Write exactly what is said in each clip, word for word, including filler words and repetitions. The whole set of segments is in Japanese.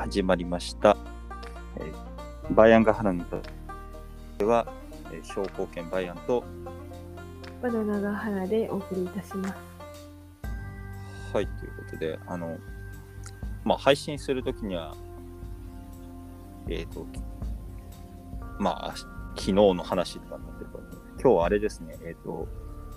始まりました。えー、バイアンが花のでは、えー、商工研バイアンとバナナが花でお送りいたします。 はい、ということで、あの、まあ、配信するときには、えっ、ー、と、まあ、昨日の話とかになってるから、ね、今日はあれですね、えっ、ー、と、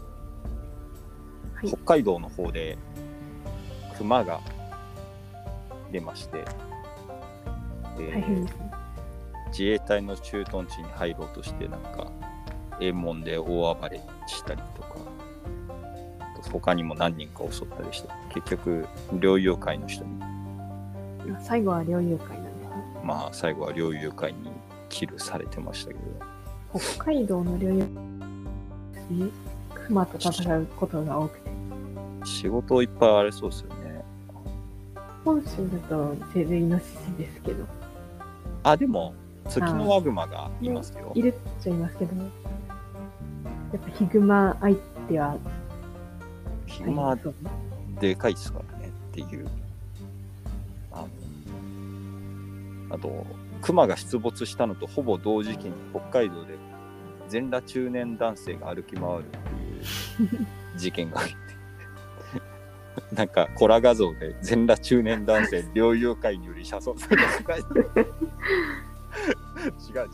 はい、北海道の方で熊が出まして、 えー、大変ですね。 自衛隊の駐屯地に入ろうとしてなんか遠門で大暴れしたりとか、他にも何人か襲ったりして、結局猟友会の人に、 最後は猟友会なんですね。 まあ最後は猟友会にキルされてましたけど、北海道の猟友会ですね。熊と戦うことが多くて仕事いっぱいありそうですよね。 本州だとせいぜいイノシシですけど、 あ、でもツキノワグマがいますよ。 いるっちゃいますけど、やっぱヒグマ相手はヒグマでかいですからねっていう。あのあとクマが出没したのとほぼ同時期に北海道で全裸中年男性が歩き回るっていう事件があってなんかコラ画像で全裸中年男性猟友会により射殺された違う違うみたいな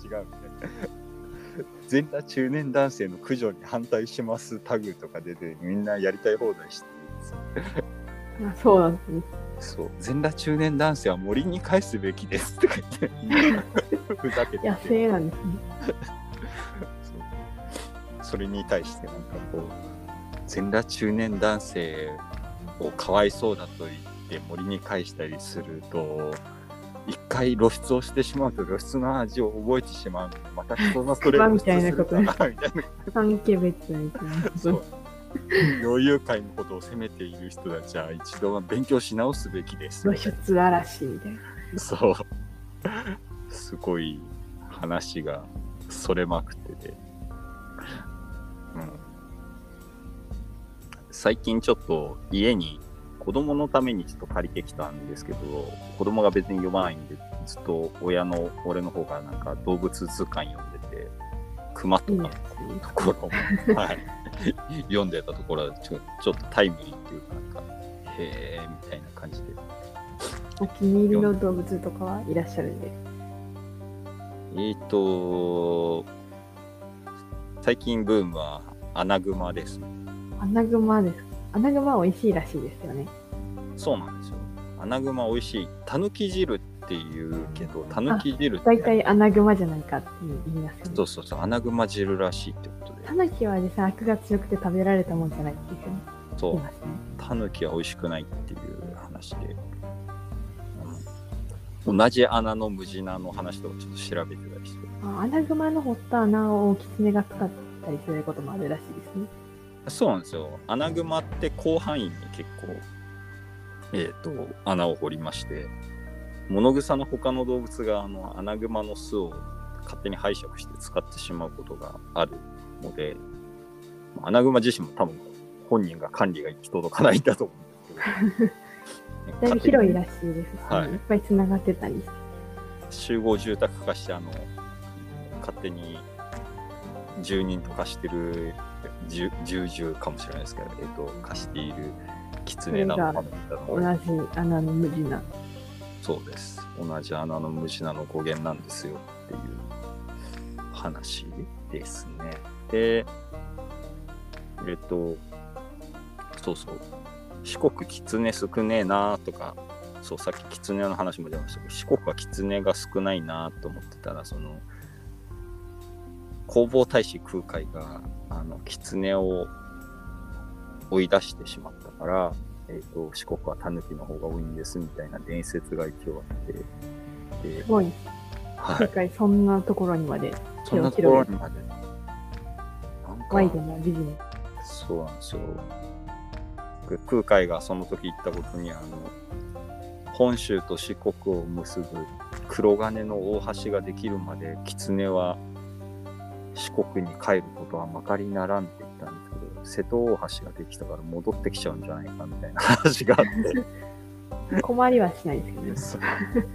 全裸中年男性の駆除に反対しますタグとか出てみんなやりたい放題してるんですよ。あ、そうなんですね。 そう、全裸中年男性は森に返すべきですとか言ってふざけて野生なんですね。 そ, それに対してなんかこう全裸中年男性をかわいそうだと言って森に返したりすると一回露出をしてしまうと露出の味を覚えてしまうのでまた人のそれを露出するかなみたいな三毛別みたいなそう猟友会のことを責めている人たちは一度は勉強し直すべきです露出嵐みたいな。 そうすごい話がそれまくってて、うん、最近ちょっと家に子供のためにちょっと借りてきたんですけど、子供が別に読まないんでずっと親の俺の方がなんか動物図鑑読んでて熊とかのところも、はい、読んでたところはちょ、ちょっとタイムリーっていうかなんかへーみたいな感じで。 お気に入りの動物とかはいらっしゃるんですか？ えーと最近ブームはアナグマです。 アナグマですか？アナグマ美味しいらしいですよね。 そうなんですよ。アナグマ美味しい。タヌキ汁っていうけど、タヌキ汁って大体アナグマじゃないかって言いますよね。 そうそうそう、アナグマ汁らしいってことで。 タヌキは実際アクが強くて食べられたもんじゃないっていうふうにそう言いますね。 タヌキは美味しくないっていう話で、うん、同じ穴のムジナの話とかちょっと調べてたりして。 あ、アナグマの掘った穴をキツネが使ったりすることもあるらしいですね。 そうなんですよ。アナグマって広範囲に結構、えーと、穴を掘りまして、物草の他の動物があのアナグマの巣を勝手に拝借して使ってしまうことがあるので、アナグマ自身も多分本人が管理が行き届かないんだと思うんですけどだいぶ広いらしいですし、ね、 はい、 いっぱいつながってたりして集合住宅化してあの勝手に住人と化してる住住かもしれないですけど、えっと化しているキツネなのか同じ穴のムジナ。 そうです。同じ穴のムジナの語源なんですよっていう話ですね。で、えっとそうそう四国キツネ少ねえなとか、そうさっきキツネの話も出ましたけど、四国はキツネが少ないなと思ってたら、その弘法大師空海があのキツネを追い出してしまったから、えー、と四国はタヌキの方が多いんですみたいな伝説が一応あって、 すごい、はい、空海そんなところにまで手を広げてワイドなビジネス。そうなんですよ。空海がその時言ったことに、あの本州と四国を結ぶ黒金の大橋ができるまでキツネは四国に帰ることはまかりならんって言ったんですけど、瀬戸大橋ができたから戻ってきちゃうんじゃないかみたいな話があって困りはしないですけどね。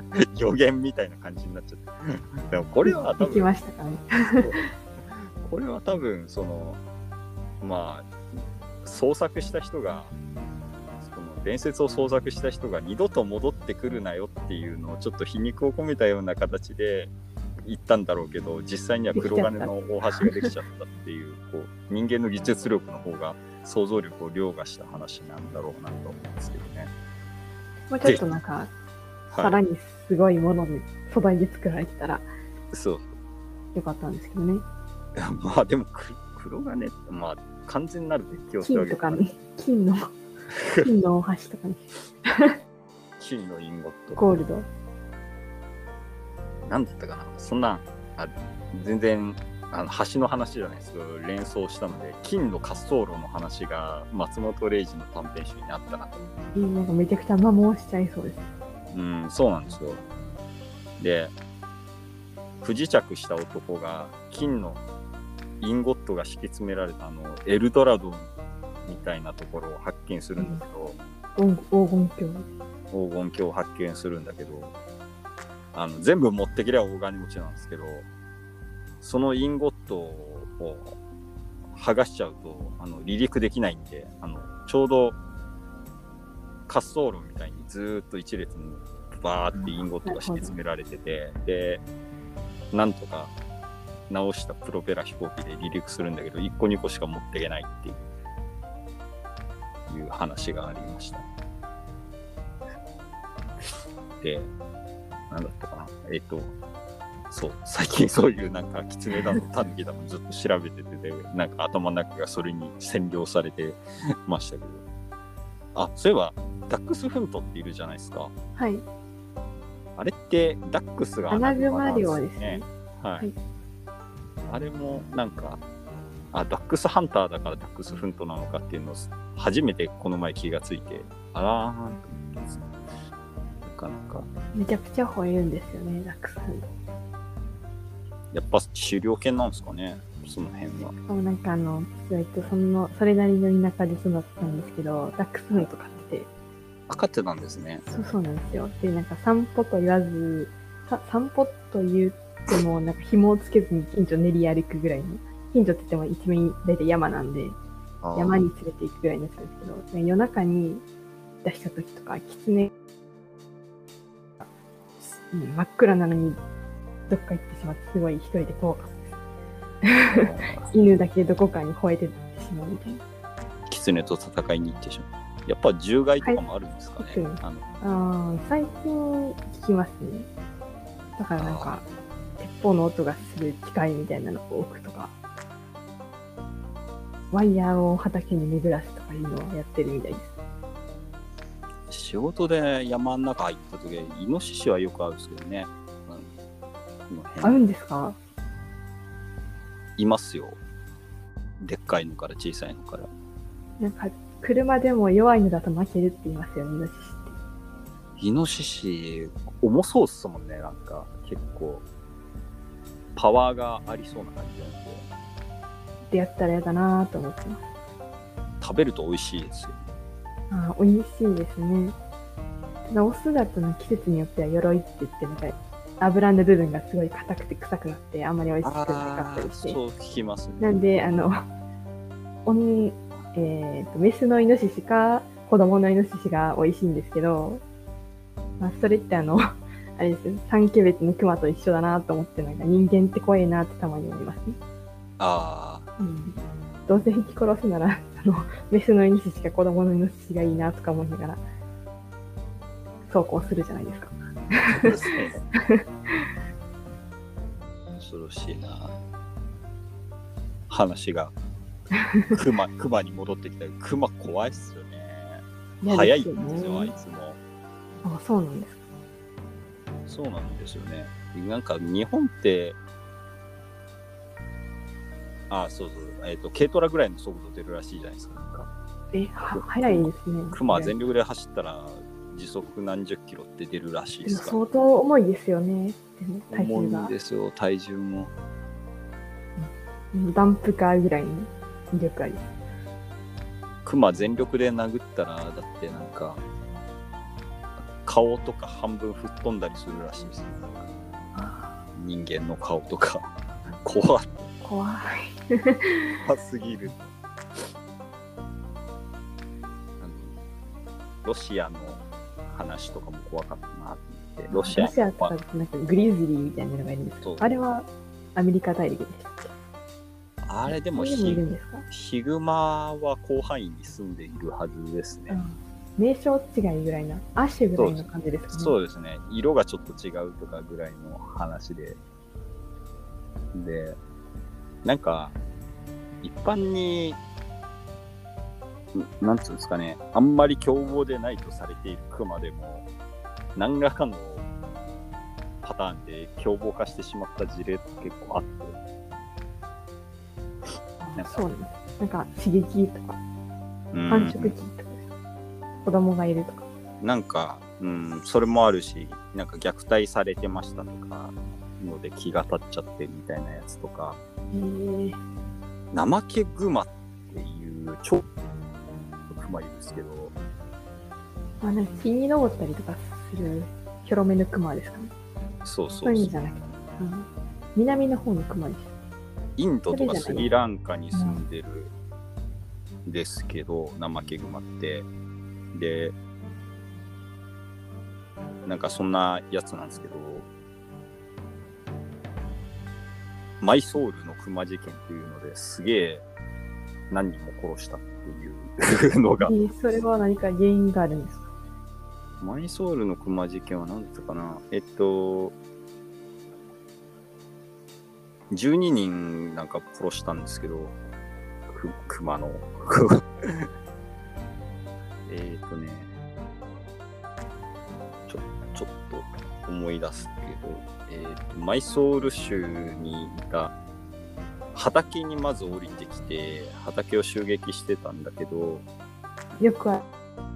予言みたいな感じになっちゃってでもこれは多分できましたかね。 これは多分そのまあ創作した人がその伝説を創作した人が二度と戻ってくるなよっていうのをちょっと皮肉を込めたような形で言ったんだろうけど、実際には黒金の大橋ができちゃったっていう、こう人間の技術力の方が想像力を凌駕した話なんだろうなと思うんですけどね。 もうちょっとなんか、 はい、 さらにすごいもので素材で作られてたらそうよかったんですけどね。 まあでも黒金ってまあ完全なる鉄橋ってわけ金とかね、金の金の大橋とかね、 金のインゴット、 ゴールド。 なんだったかな、そんなあ全然あの橋の話じゃないですけど連想したので、金の滑走路の話が松本零士の短編集にあったなと。 いい、なんかめちゃくちゃ摩耗しちゃいそうです。 うん、そうなんですよ。で、不時着した男が金のインゴットが敷き詰められたあのエルドラドみたいなところを発見するんだけど、 うん、黄金鏡。 黄金鏡を発見するんだけど、あの全部持ってきれば大金持ちなんですけど、そのインゴットを剥がしちゃうとあの離陸できないんで、あのちょうど滑走路みたいにずーっと一列にバーってインゴットが敷き詰められてて、でなんとか直したプロペラ飛行機で離陸するんだけどいっこにこしか持っていけないっていういう話がありました。で、なんだったかな、えっとそう最近そういうなんかキツネだのタヌキだのずっと調べてて、でなんか頭の中がそれに占領されてましたけど、あ、そういえばダックスフントっているじゃないですか。 はい。 あれってダックスがアナグマです漁ですね。 はい。 はい、 あれもなんかあダックスハンターだからダックスフントなのかっていうのを初めてこの前気がついて、あらーんと思ってますね。なかなかめちゃくちゃ吠えるんですよね、ダックスフント。 やっぱ狩猟犬なんですかね、その辺は。 しかもなんかあの、えっと、その、それなりの田舎で育ったんですけど、ダックスフント飼ってて。 あ、飼ってたんですね。 そうそうなんですよ。で、なんか散歩と言わず、さ散歩と言っても、なんか紐をつけずに近所練り歩くぐらいの、近所って言っても一面大体山なんで、山に連れて行くぐらいのやつなんですけど、夜中に出した時とか、キツネ、うん、真っ暗なのにどっか行ってしまって、すごい一人で怖かったです。犬だけどこかに吠えてってしまうみたいな。 キツネと戦いに行ってしまう。やっぱ獣害とかもあるんですかね。 はい、 あのあ最近聞きますね。だからなんか鉄砲の音がする機械みたいなのを置くとか、ワイヤーを畑に巡らすとかいうのをやってるみたいです。 仕事で山の中入った時、イノシシはよく会うんですけどね。 会うんですか？ いますよ。でっかいのから小さいのから。 なんか車でも弱いのだと負けるって言いますよね、イノシシって。 イノシシ重そうっすもんね。なんか結構パワーがありそうな感じなんで。 でやったらやだなぁと思ってます。 食べると美味しいですよ。 ああ、美味しいですね。ただオスだとの季節によっては鎧って言ってなんか油の部分がすごい硬くて臭くなってあんまり美味しくなかったりして。 そう聞きますね。 なんであのおんえーとメスのイノシシか子供のイノシシが美味しいんですけど、まあ、それってあのあれですよ、三毛別のクマと一緒だなと思って、なんか人間って怖いなってたまに思いますね。 ああ、 うん、どうせ引き殺すならあのメスのイノシシか子供のイノシシがいいなとか思いながら走行するじゃないですか。 そうですね。恐ろしいな。話がクマクマに戻ってきた。クマ怖いっすよね。早いんですよ、あいつも。 あ、そうなんですか。 そうなんですよね。なんか日本ってあそうそう、えっ、ー、と軽トラぐらいの速度出るらしいじゃないですか。なんかえ、は速いですね。 クマ全力で走ったら時速何十キロって出るらしいですから。 相当重いですよね。でも体重が重いんですよ、体重も。 うん、ダンプカーぐらいの威力あり。 クマ全力で殴ったらだってなんか顔とか半分吹っ飛んだりするらしいですよ。人間の顔とか怖い怖い怖すぎる。ロシアの話とかも怖かったなと思って。ロシアロシアとかなんかグリズリーみたいなのがいるんですけど、あれはアメリカ大陸でしたっけ？ あれでもヒいるんですか？ ヒグマは広範囲に住んでいるはずですね。 うん、名称違いぐらいな、アッシュぐらいの感じですかね。 そうですね。色がちょっと違うとかぐらいの話で。で、なんか、一般に、なんつうんですかね、あんまり凶暴でないとされているクマでも、何らかのパターンで凶暴化してしまった事例って結構あって。 なんかそうなんです。なんか刺激とか、繁殖期とか、子供がいるとか。なんか、うん、それもあるし、なんか虐待されてましたとか、ので気が立っちゃってみたいなやつとか。 へー。 ナマケグマっていう超クマいるんですけど。 あ、なんか木に登ったりとかするヒョロメのクマですかね。 そうそうそう。 そういう意味じゃなくて、うん、南の方のクマです。 インドとかスリランカに住んでるんですけど、ナマケグマって。で、なんかそんなやつなんですけど、マイソールのクマ事件っていうのですげえ何人も殺したっていうのが。 えー、それは何か原因があるんですか？ マイソールのクマ事件は何だったかな。えっと、じゅうににんなんか殺したんですけど、ク, クマの。えっとね、ちょ、ちょっと思い出すけど、えーと、マイソール州にいた畑にまず降りてきて畑を襲撃してたんだけど、 よくあ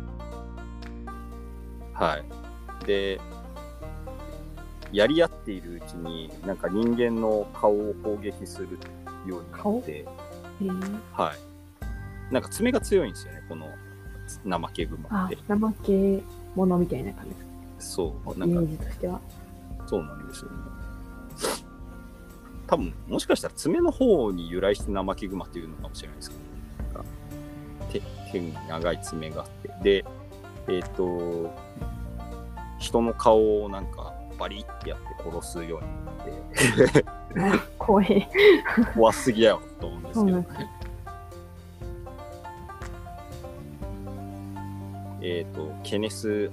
はいでやり合っているうちになんか人間の顔を攻撃するようになって、 えー、 はいなんか爪が強いんですよね、このナマケグマって。 あ、ナマケモノみたいな感じですか？ そうなんかイメージとしてはそうなんですよね。多分もしかしたら爪の方に由来してナマケグマっていうのかもしれないですけど、なんか 手, 手に長い爪があってでえっ、ー、と人の顔をなんかバリってやって殺すようになって怖い怖すぎやよと思うんですけどね。えっとケネス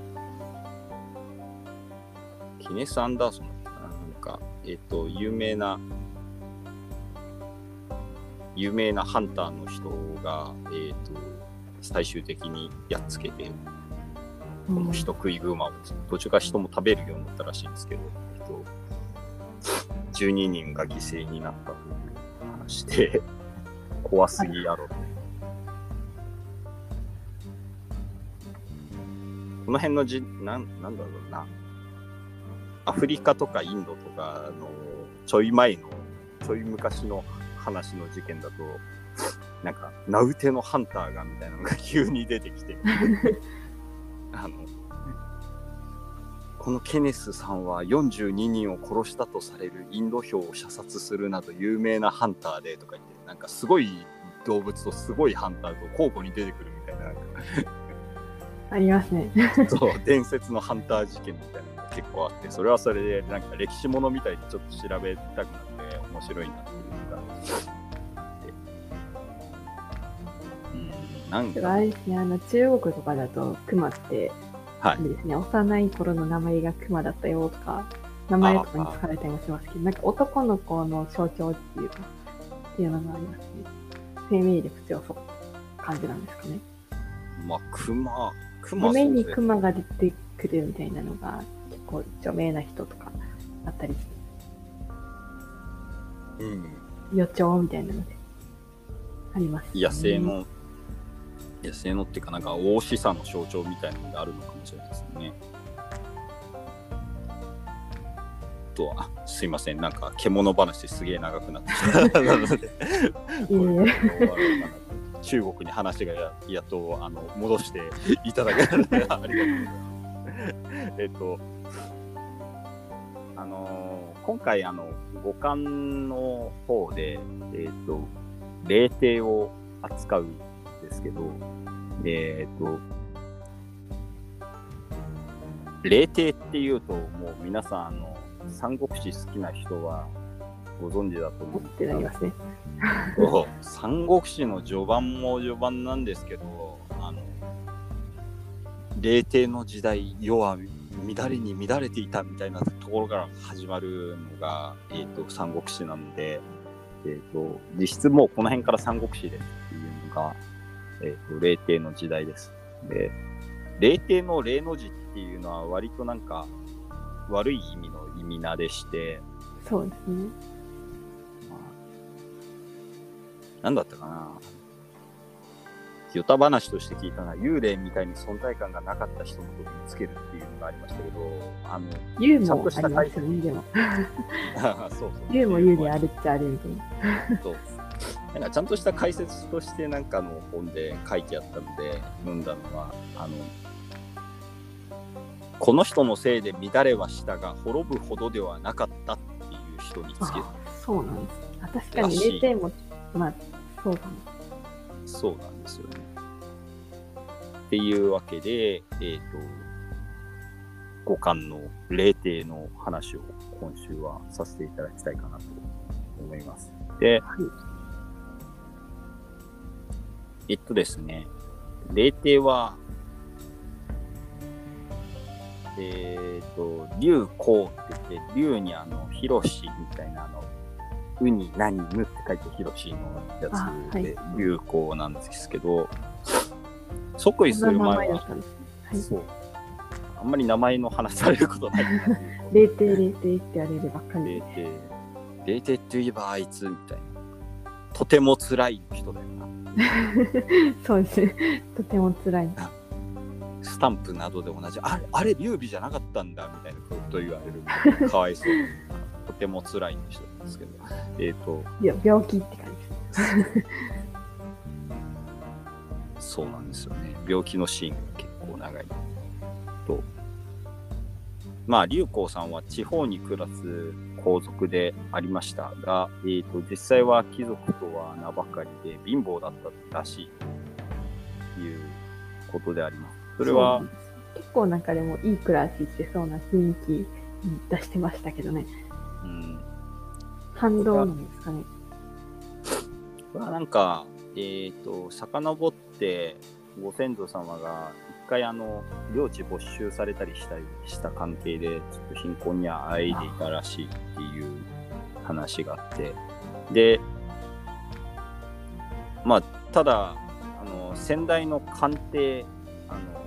ケネス・アンダーソンだったかな、なんかえっ、ー、と有名な有名なハンターの人がえっ、ー、と最終的にやっつけて、この人食いグマを途中から人も食べるようになったらしいんですけど、えっと、じゅうににんが犠牲になったという話で怖すぎやろって。この辺のじなん、なんだろうな、アフリカとかインドとかのちょい前のちょい昔の話の事件だと、なんか名うてのハンターがみたいなのが急に出てきてあのこのケネスさんはよんじゅうににんを殺したとされるインド豹を射殺するなど有名なハンターでとか言って、なんかすごい動物とすごいハンターと交互に出てくるみたいな、なんかありますねそう伝説のハンター事件みたいなのが結構あって、それはそれでなんか歴史ものみたいでちょっと調べたくなって面白いなっていうのがあって、うん、なんかあれですね、あの中国とかだとクマって、はいですね、幼い頃の名前がクマだったよとか名前とかに使われたりもしますけど、なんか男の子の象徴っていうかっていうのがありますね。生命力強そう感じなんですかね。 まあクマクマ夢にクマが出てくるみたいなのが結構著名な人とかあったりして、うん、予兆みたいなのであります、ね。 野生の野生のっていうかなんか大しさの象徴みたいなのがあるのかもしれないですね。とはすいません、なんか獣話すげえ長くなってきたなので中国に話が や, やっとあの戻していただけたらありがとうございます。 えっと、あのー、今回、あの、五感の方で、えっと、霊体を扱うんですけど、えっと、霊体っていうと、もう皆さん、あの、三国志好きな人はご存知だと思うんですけど、 ますね、 三国志の序盤も序盤なんですけど、あの、霊体の時代、世は乱れに乱れていたみたいなところから始まるのが、えっと、三国志なので、えっと、実質もうこの辺から三国志ですっていうのが、えっと、霊体の時代です。で、霊体の霊の字っていうのは割となんか悪い意味の意味名でして、 そうですね。 まあ、なんだったかな。ヨタ話として聞いたのは、幽霊みたいに存在感がなかった人のことにつけるっていうのがありましたけど、あの、 幽もありますよね、でも。 そうそう。 幽も幽霊あるっちゃあるみたいな。 そう。なんかちゃんとした解説としてなんかの本で書いてあったので読んだのは、あの、この人のせいで乱れはしたが滅ぶほどではなかったっていう人につける。 そうなんです。あ、確かに霊体も、まあ、そうかも。 そうなんですよね。っていうわけで、えっと、五感の霊体の話を今週はさせていただきたいかなと思います。で、はい、えっとですね、霊体は、えっと、龍光って言って、龍にあの、広しみたいなあの、うに何むって書いて広しのやつで、はい、龍光なんですけど、即位する前は、はい、そう、あんまり名前の話されることないなっていう。 霊体霊体ってあれでばっかり。 霊体、霊体って言えばあいつみたいな。とても辛い人だよな。 そうですね。とても辛い。 スタンプなどで同じ、あれ、あれ、劉備じゃなかったんだみたいなこと言われる。かわいそう。とても辛い人なんですけど。えっ、ー、と。 いや、病気って感じです。 そうなんですよね。病気のシーンが結構長い。と。まあ、劉光さんは地方に暮らす皇族でありましたが、えーと、実際は貴族とは名ばかりで貧乏だったらしいということであります。それは結構なんかでもいい暮らししてそうな雰囲気出してましたけどね。うん。反動なんですかね。 これはなんか、えーと、遡ってご先祖様が一回あの、領地没収されたりしたりした関係で、ちょっと貧困にあえいでいたらしいっていう話があって、で、まあ、ただ、あの、先代の官邸、あの、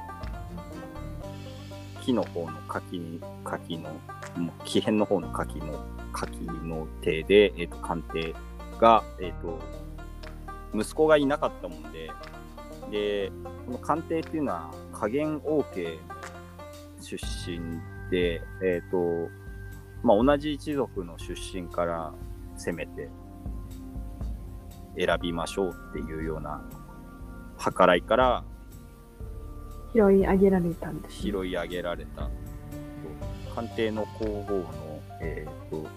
木の方の柿に、柿の、木片の方の柿の、柿の邸で、えっと、官邸が、えっと、息子がいなかったもんで、で、この官邸っていうのは、加減王家出身で、えっと、まあ、同じ一族の出身から攻めて選びましょうっていうような計らいから、 拾い上げられたんです、 ね。拾い上げられた。官邸の皇后の、えっと、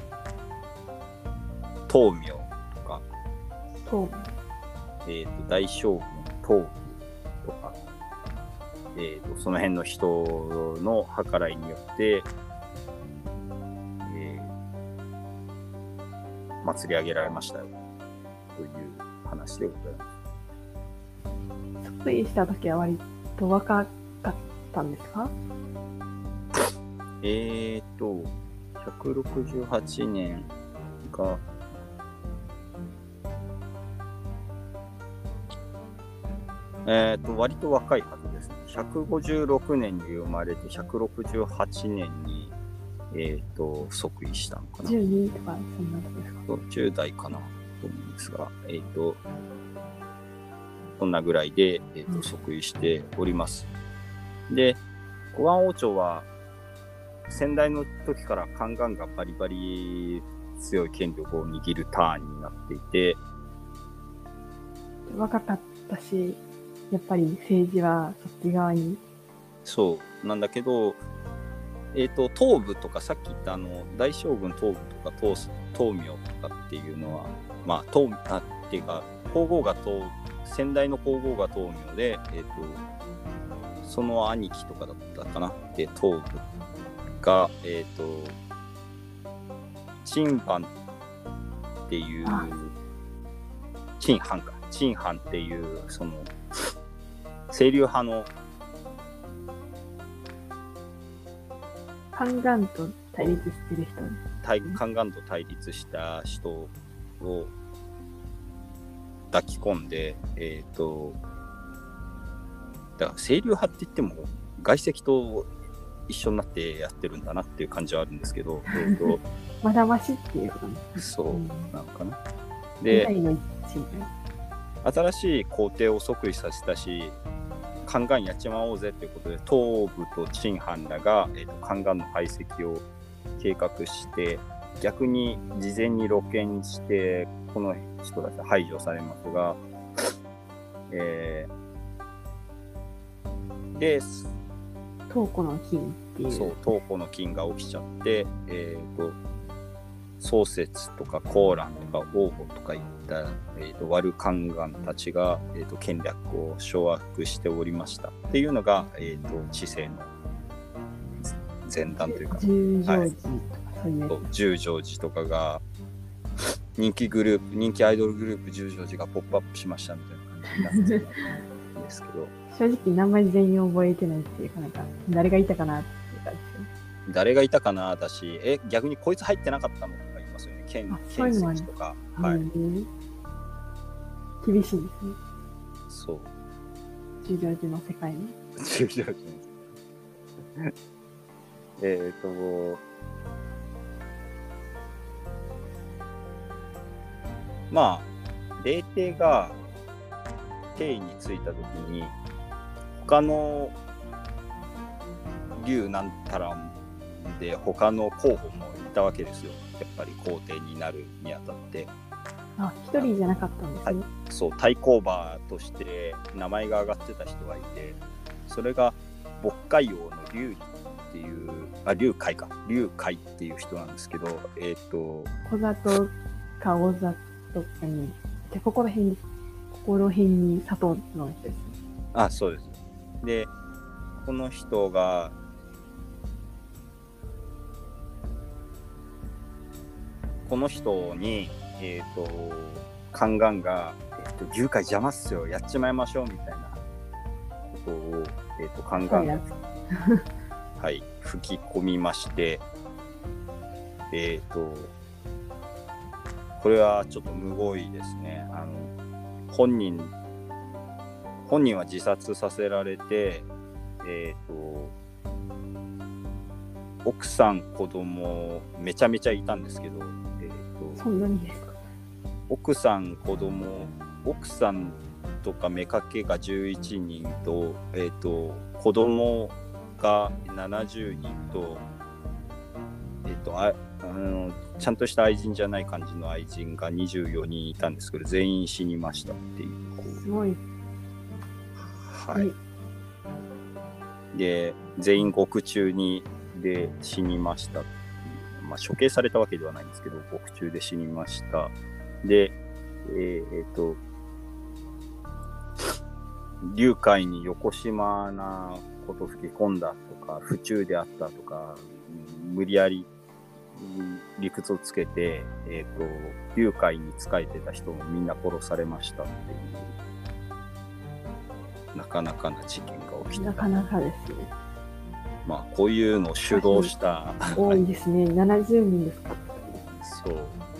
東明とか、 東明。えっと、大将軍東儀とか、えっと、その辺の人の計らいによって、えー、祭り上げられましたよ。という話でございます。 即位した時は割と若かったんですか？ えーと、ひゃくろくじゅうはちねんが、えーと、割と若いはずですね。ひゃくごじゅうろくねんに生まれて、ひゃくろくじゅうはちねんに、えーと、即位したのかな。 じゅうにとか、そんなとこですか？ じゅう代かなと思うんですが、えーと、こんなぐらいで、えーと、即位しております。で、五安王朝は、先代の時からカンガンがバリバリ強い権力を握るターンになっていて、 若かったし、やっぱり政治はそっち側に。 そう。 なんだけど、えー、と東部とかさっき言ったあの大将軍東部とか東東明とかっていうのは、まあ東あっていうか皇后が東先代の皇后が東明で、えー、とその兄貴とかだったかな。で東部がえっ、ー、と陳藩っていう陳藩か陳藩っていうその清流派の宦官と対立してる人、 対宦官と対立した人を抱き込んで、えっ、ー、とだから清流派って言っても外戚と一緒になってやってるんだなっていう感じはあるんですけど、えー、とまだましっていうことね。 そう、うん、なのかな。 で、 新しい皇帝を即位させたし、宦官やっちまおうぜということで、東部と陳藩らが、えー、と宦官の排斥を計画して、逆に事前に露見して、この人たちは排除されますが、えー、で、 東湖の金っていう。 そう、東湖の金が起きちゃって、えーと、宗節とか高蘭とか王母とかいった、えーと、悪宦官たちが、えーと、権力を掌握しておりましたっていうのが、えーと、治世の前段というか、 十条寺とかそういう、 はい、十条寺とかが人気グループ、人気アイドルグループ十条寺がポップアップしましたみたいな感じになってるんですけど正直名前全員覚えてないっていうか、なんか誰がいたかなっていう感じ。 誰がいたかなだし、え逆にこいつ入ってなかったのとか言いますよね。県県選手とか、はい、うん、 厳しいですね。 そう。 十条寺の世界ね。 十条寺のえっとまあ霊帝が帝位についたときに他の竜なんたらで他の候補もいたわけですよ。やっぱり皇帝になるにあたって。 あ、一人じゃなかったんですね。 そう、対抗馬として名前が挙がってた人がいて、それが渤海王の劉理っていう、あ、劉海か、劉海っていう人なんですけど、えっ、ー、と小里か大里かに、じゃここら辺に、ここら辺に佐藤の人ですね。 あ、そうです。で、この人がこの人に、えっ、ー、と、宦官が、えっ、ー、と、牛飼い邪魔っすよ、やっちまいましょうみたいなことを、えっ、ー、と、宦官が、はい、吹き込みまして、えっ、と、これはちょっとむごいですね。あの、本人、本人は自殺させられて、えっ、と、奥さん、子供、めちゃめちゃいたんですけど、 そんなにですか。 奥さん、子供、奥さんとか妾がじゅういちにんと、えっ、ー、と、子供がななじゅうにんと、えっ、ー、と、あ、あの、ちゃんとした愛人じゃない感じの愛人がにじゅうよにんいたんですけど、全員死にましたっていう。こうすごい。 はい。で、全員獄中にで死にました。まあ、処刑されたわけではないんですけど、獄中で死にました。で、えー、えー、と、龍海に横島なこと吹き込んだとか、不忠であったとか、無理やり理屈をつけて、えー、と、龍海に仕えてた人もみんな殺されましたっていう、なかなかな事件が起きた。 なかなかですね。 まあ、こういうのを主導した多いですね。ななじゅうにんですか。 そう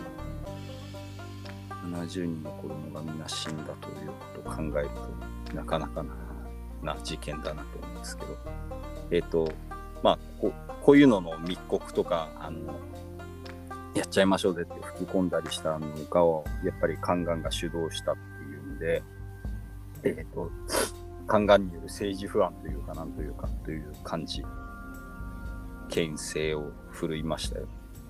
ななじゅうにんの子供がみんな死んだということを考えるとなかなか な, な事件だなと思うんですけど、えっ、ー、とまあ こ, こういうのの密告とかあのやっちゃいましょうぜって吹き込んだりしたのがをやっぱり宦官が主導したっていうので、えっ、ー、と宦官による政治不安というかなんというかという感じ、権勢を振るいましたよ。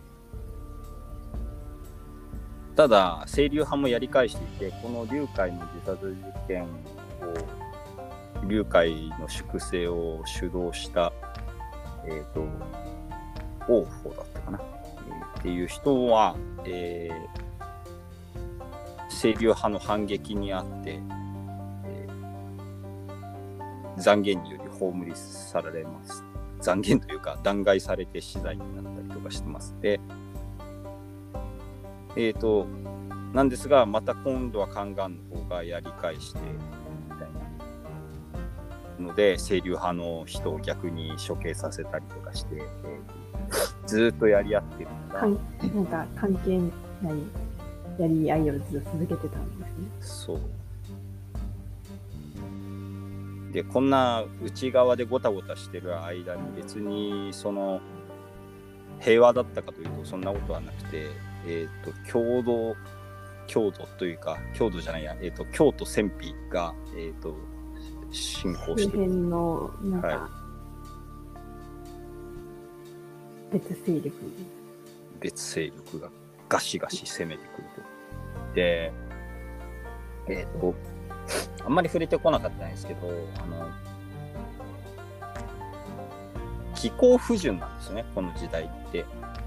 ただ清流派もやり返していて、この龍海の自殺事件を龍海の粛清を主導した、えー、と王鵬だったかな、えー、っていう人は、えー、清流派の反撃にあって、えー、残言により葬り去られます。残言というか弾劾されて死罪になったりとかしてます。で、えーとなんですが、また今度は宦官の方がやり返してみたいなので、清流派の人を逆に処刑させたりとかして、えー、ずーっとやり合ってるのが、 なんか関係ないやり合いをずっと続けてたんですね。 そう。で、こんな内側でゴタゴタしてる間に別にその平和だったかというとそんなことはなくて、えっと共同郷土というか、郷土じゃないや、えー、と京都戦費が、えー、と進行して周辺のなんか、 は別勢力、 別勢力がガシガシ攻めてくると。で、えっ、とあんまり触れてこなかったんですけど、あの気候不順なんですね、この時代って。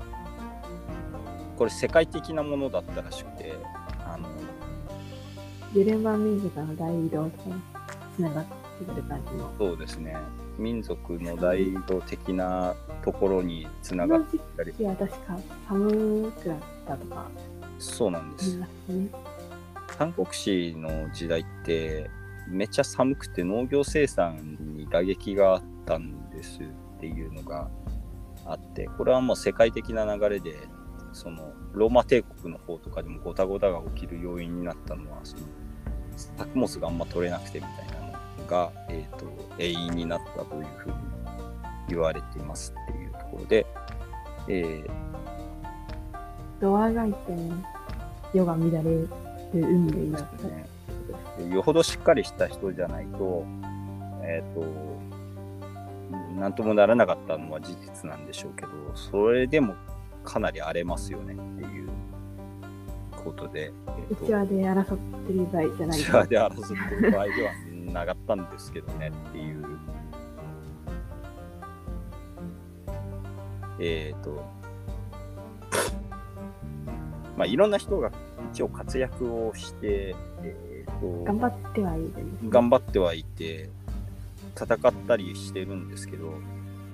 これ世界的なものだったらしくて、あのゲルマン民族の大移動とつながってくる感じの。 そうですね、民族の大移動的なところにつながっていたり。 いや、確か寒くなったとか。 そうなんです。 ね、 三国志の時代ってめっちゃ寒くて農業生産に打撃があったんですっていうのがあって、これはもう世界的な流れで、そのローマ帝国の方とかでもゴタゴタが起きる要因になったのは、その作物があんま取れなくてみたいなのが、えーと、永遠になったというふうに言われていますっていうところで、えー、 ドアがいて世が乱れる運命になった、 ね、よほどしっかりした人じゃないと、えーと、なんともならなかったのは事実なんでしょうけど、それでもかなり荒れますよねっていうことで、 えー、とうちわで争ってる場合じゃない、 うちわで争ってる場合ではなかったんですけどねっていうえっとまあいろんな人が一応活躍をして、えー、と頑張ってはいるんです、ね、 頑張ってはいて戦ったりしてるんですけど、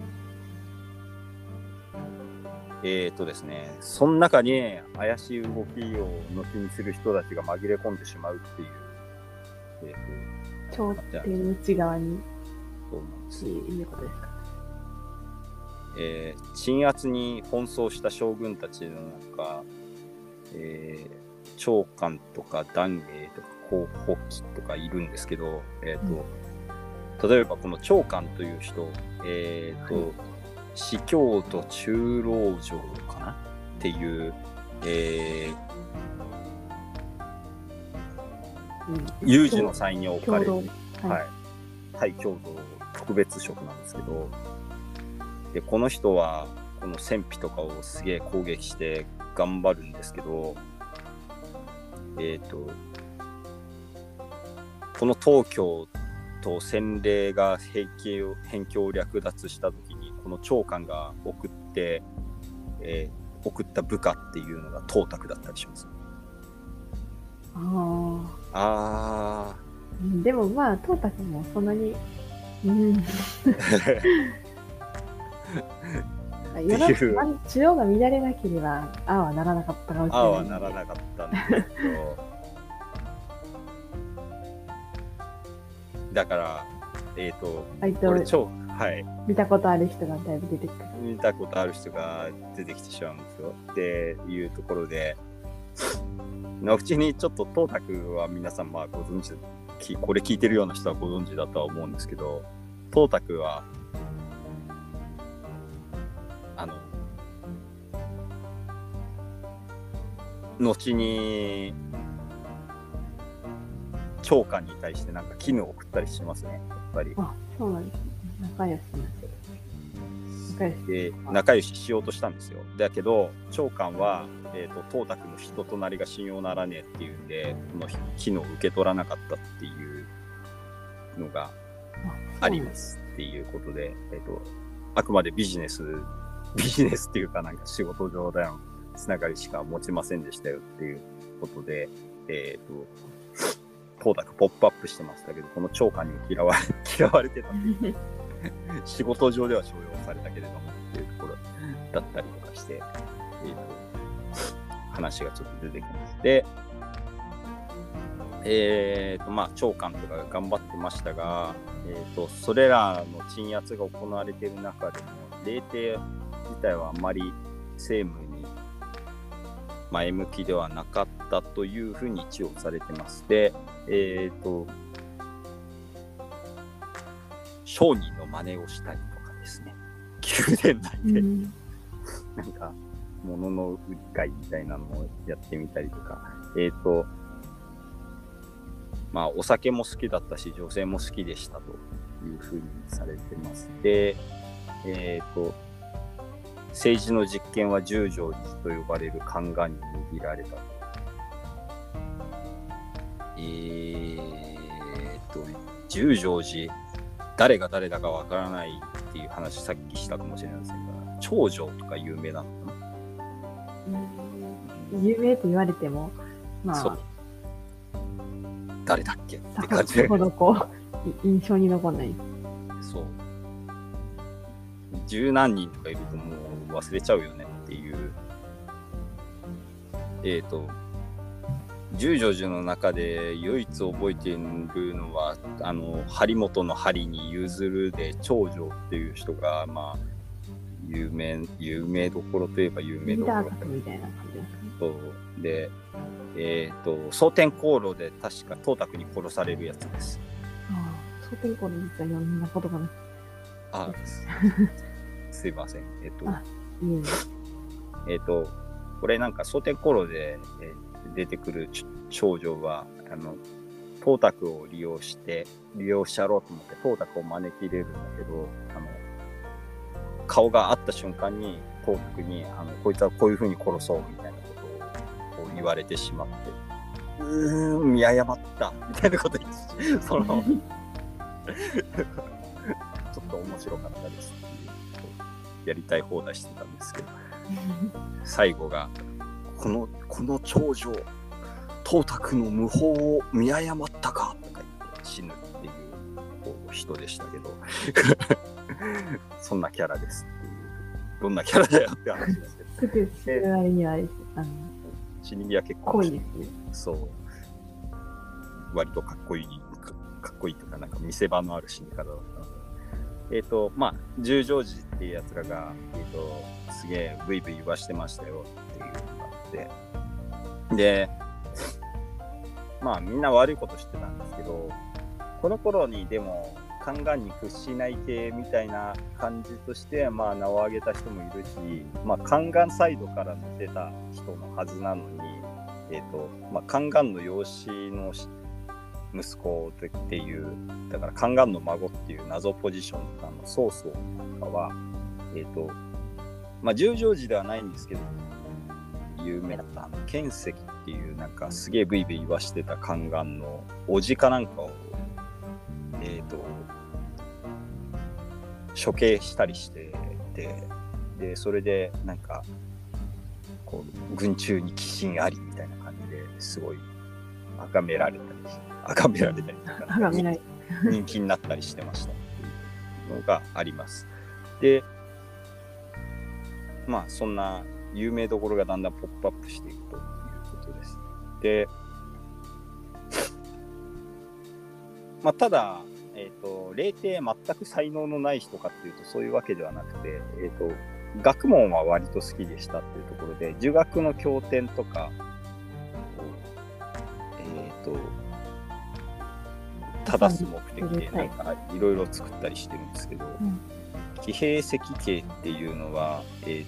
えーとですね、その中に怪しい動きを後にする人たちが紛れ込んでしまうっていう、えー、と朝廷の内側にそうなんですいうことですか。 えー、鎮圧に奔走した将軍たちの中、えー、長官とか段英とか候補記とかいるんですけど、えーとうん、例えばこの長官という人、えーと、はい、司教と中老城かなっていう、えーうん、有事の際に置かれる、はいはい、対共同特別職なんですけど、でこの人はこの戦費とかをすげえ攻撃して頑張るんですけど、えっとこの東京と洗礼が辺境辺境を略奪した時にこの長官が送って、えー、送った部下っていうのが董卓だったりします。 ああーでもまあ董卓もそんなにうん世の中央が乱れなければああはならなかったかもしれない。 ああはならなかったんですけどだからえっ、ー、とこれ超はい見たことある人がだいぶ出てくる。 見たことある人が出てきてしまうんですよっていうところで、のうちにちょっと董卓は皆さんまあご存知、これ聞いてるような人はご存知だとは思うんですけど、董卓はあの後に長官に対してなんか絹を送ったりしますね、やっぱり。 あ、そうなんですね。仲良しなんですよ。 仲良しで仲良ししようとしたんですよ。だけど長官は、えーと、董卓の人となりが信用ならねえっていうんで、この絹を受け取らなかったっていうのがありますっていうことで、えっと、あくまでビジネス、ビジネスっていうかなんか仕事上でのつながりしか持ちませんでしたよっていうことで、えっと、トータクポップアップしてましたけど、この長官に嫌われ、嫌われてたっていう仕事上では重用されたけれどもっていうところだったりとかして、えっと、話がちょっと出てきます。で、えーとまあ、長官とか頑張ってましたが、えーと、それらの鎮圧が行われている中でも、霊帝自体はあまり政務に前向きではなかったというふうに一応されてます。で、えーと、商人の真似をしたりとかですね、宮殿内で、うん、なんか、物の売り買いみたいなのをやってみたりとか、えーと、まあ、お酒も好きだったし、女性も好きでしたというふうにされてます。で、えっと、政治の実権は十条寺と呼ばれる宦官に握られたと。えーと、十条寺、誰が誰だかわからないっていう話、さっきしたかもしれませんが、長城とか有名なのかな？ うん、有名と言われても、まあ、そう誰だっけって感じで。 ほどこう印象に残らない。 そう。十何人とかいるともう忘れちゃうよねっていう。えっと、十条寺の中で唯一覚えているのは、あの、張本の針に譲るで長城っていう人が、まあ、有名、有名どころといえば有名どころ。 リーダー格みたいな感じですね。 そう。で、えっ、ー、と、蒼天航路で確かトータクに殺されるやつです。 ああ、蒼天航路実は読んだことがない。 あすいません。えっ、ー、と、 あいいね、 えっ、ー、と、これなんか蒼天航路で、えー、出てくる少女は、あの、トータクを利用して、利用しちゃろうと思ってトータクを招き入れるんだけど、あの、顔が合った瞬間にトータクに、あの、こいつはこういう風に殺そうみたいなことを言われてしまって、うーん、見誤ったみたいなこと言って、そのちょっと面白かったですっていうやりたい放題してたんですけど、最後がこのこの長女トータクの無法を見誤ったかとか言って死ぬっていう人でしたけど、そんなキャラですっていう、どんなキャラだよって話ですけど、 すぐ死ぬ割にはあれです。あの死に際結構濃いですね。 そう、割とかっこいいか、かっこいいというかなんか見せ場のある死に方だったので、えっ、ー、とまあ十条寺っていうやつらがえっ、ー、とすげえブイブイ言わしてましたよっていうのがあって、でまあみんな悪いことしてたんですけど、この頃にでも宦官に屈しない系みたいな感じとしてまあ名を挙げた人もいるし、まあ宦官サイドからの出た人のはずなのに、えっ、ー、とまあ宦官の養子の息子っていう、だから宦官の孫っていう謎ポジションとかの曹操なんかは、えっ、ー、とまあ十条寺ではないんですけど有名だったあの剣石っていうなんかすげえブイブイ言わしてた宦官のおじかなんかをえっ、ー、と処刑したりしてて、でそれでなんかこう軍中に鬼神ありみたいな感じですごい崇められたり崇められたりとか人気になったりしてましたっていうのがあります。でまあそんな有名どころがだんだんポップアップしていくということです。でまあただえーと、霊帝全く才能のない人かっていうとそういうわけではなくて、えーと、学問は割と好きでしたっていうところで儒学の経典とかえっ、ー、と正す目的でなんかいろいろ作ったりしてるんですけど、うん、騎兵石経っていうのはえっ、ー、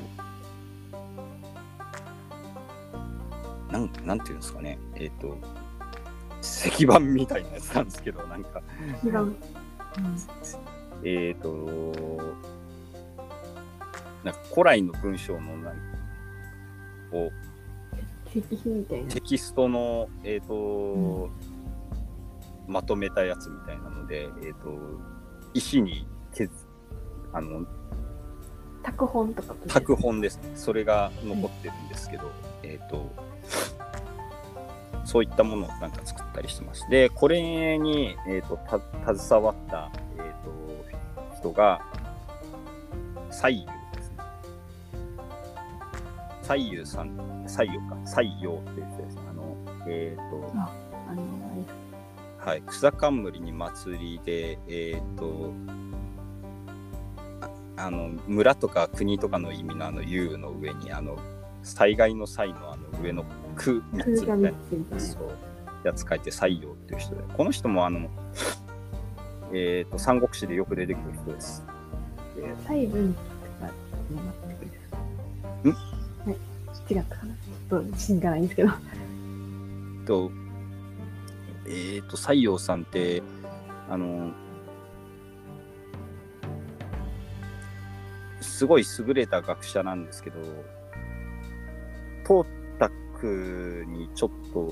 となん、なんていうんですかね、えっ、ー、と石板みたいなやつなんですけど、なんか、うん、えっ、ー、となんか古来の文章のなんかを石碑みたいなテキストのえっ、ー、と、うん、まとめたやつみたいなので、えっ、ー、と石に削あの拓本とか拓本ですね。それが残ってるんですけど、はい、えっとそういったものをなんか作ったりしてます。で、これに、えー、とた携わった、えー、と人が西遊ですね。西遊さん、西遊か、西遊っていう人ですね。あの、えっ、ー、と、ああのはい、草冠に祭りで、えっ、ー、とあ、あの村とか国とかの意味のあの遊の上にあの災害の際のあの上のくみっつみたいなそうやつ書いて西洋っていう人で、この人もあの、えっ、ー、と三国志でよく出てくる人です。 西文とかになってくるですか？ん？はい、違ったかな。ちょっと自信がないんですけど。 とえっ、ー、と西洋さんってあのすごい優れた学者なんですけど、東卓にちょっと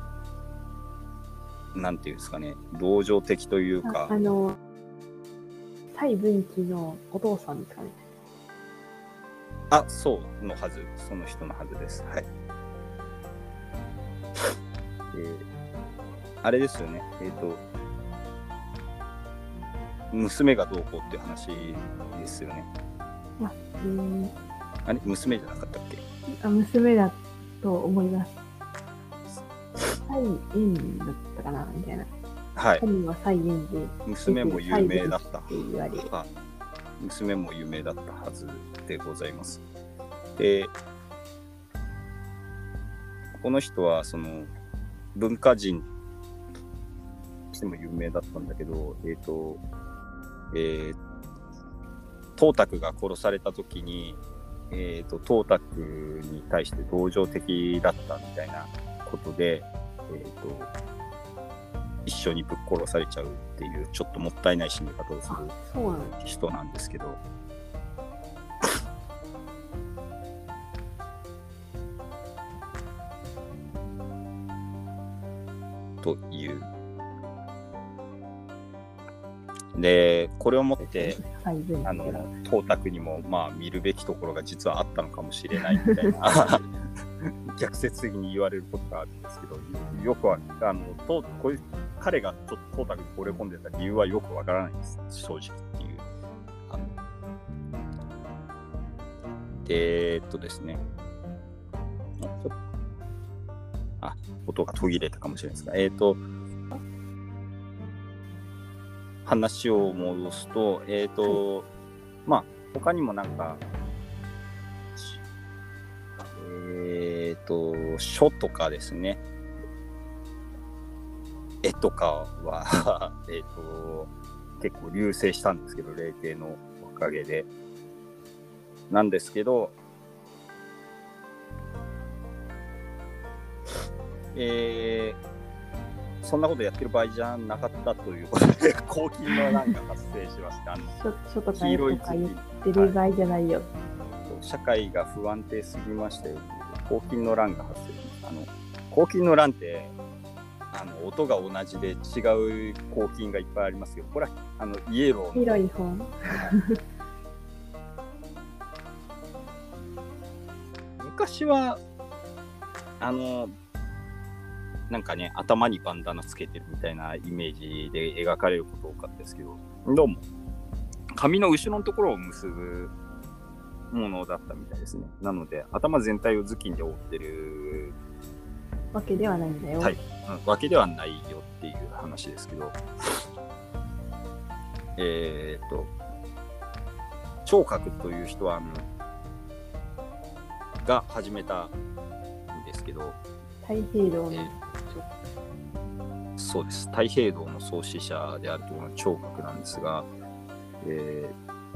なんていうんですかね、同情的というか、 あ、あの蔡文熙のお父さんですかね。 あ、そうのはず、その人のはずです。はい。えー、あれですよね。えっ、ー、と娘がどうこうっていう話ですよね。 あ、うん、 あれ娘じゃなかったっけ？ あ、娘だと思います。蔡燕だったかなみたいな。はい。兄は蔡燕で、 娘も有名だった。 って言われる。 あ、娘も有名だったはずでございます。で、この人はその文化人としても有名だったんだけど、えっ、ー、と、えー、董卓が殺された時に、えーと、董卓に対して同情的だったみたいなことで、えーと、一緒にぶっ殺されちゃうっていうちょっともったいない死に方をする人なんですけど、というで、これをもってあの董卓にもまあ見るべきところが実はあったのかもしれないみたいな逆説的に言われることがあるんですけど、よくはあのとこういう彼がちょっと董卓に惚れ込んでた理由はよくわからないんです、正直っていう。あのえー、っとですねあ、音が途切れたかもしれないですが、えー、っと話を戻すと、えっ、ー、と、はい、まあ、他にもなんか、えっ、ー、と、書とかですね、絵とかは、えっと、結構流星したんですけど、霊系のおかげで。なんですけど、えー、そんなことやってる場合じゃなかったということで、公金の乱が発生しました。 書とか絵とか言ってる場合じゃないよ。はい、 社会が不安定すぎましたよ。公金の乱が発生しました。あの公金の乱ってあの音が同じで違う公金がいっぱいありますけど、これはあのイエローの広い本。 昔はあのなんかね、頭にバンダナつけてるみたいなイメージで描かれること多かったですけど、どうも髪の後ろのところを結ぶものだったみたいですね。なので頭全体を頭巾で覆ってるわけではないんだよ。 はい、うん、わけではないよっていう話ですけど、えー、っと聴覚という人はあのが始めたんですけど、 太平道の、えーそうです。太平道の創始者であるというのは聴覚なんですが、え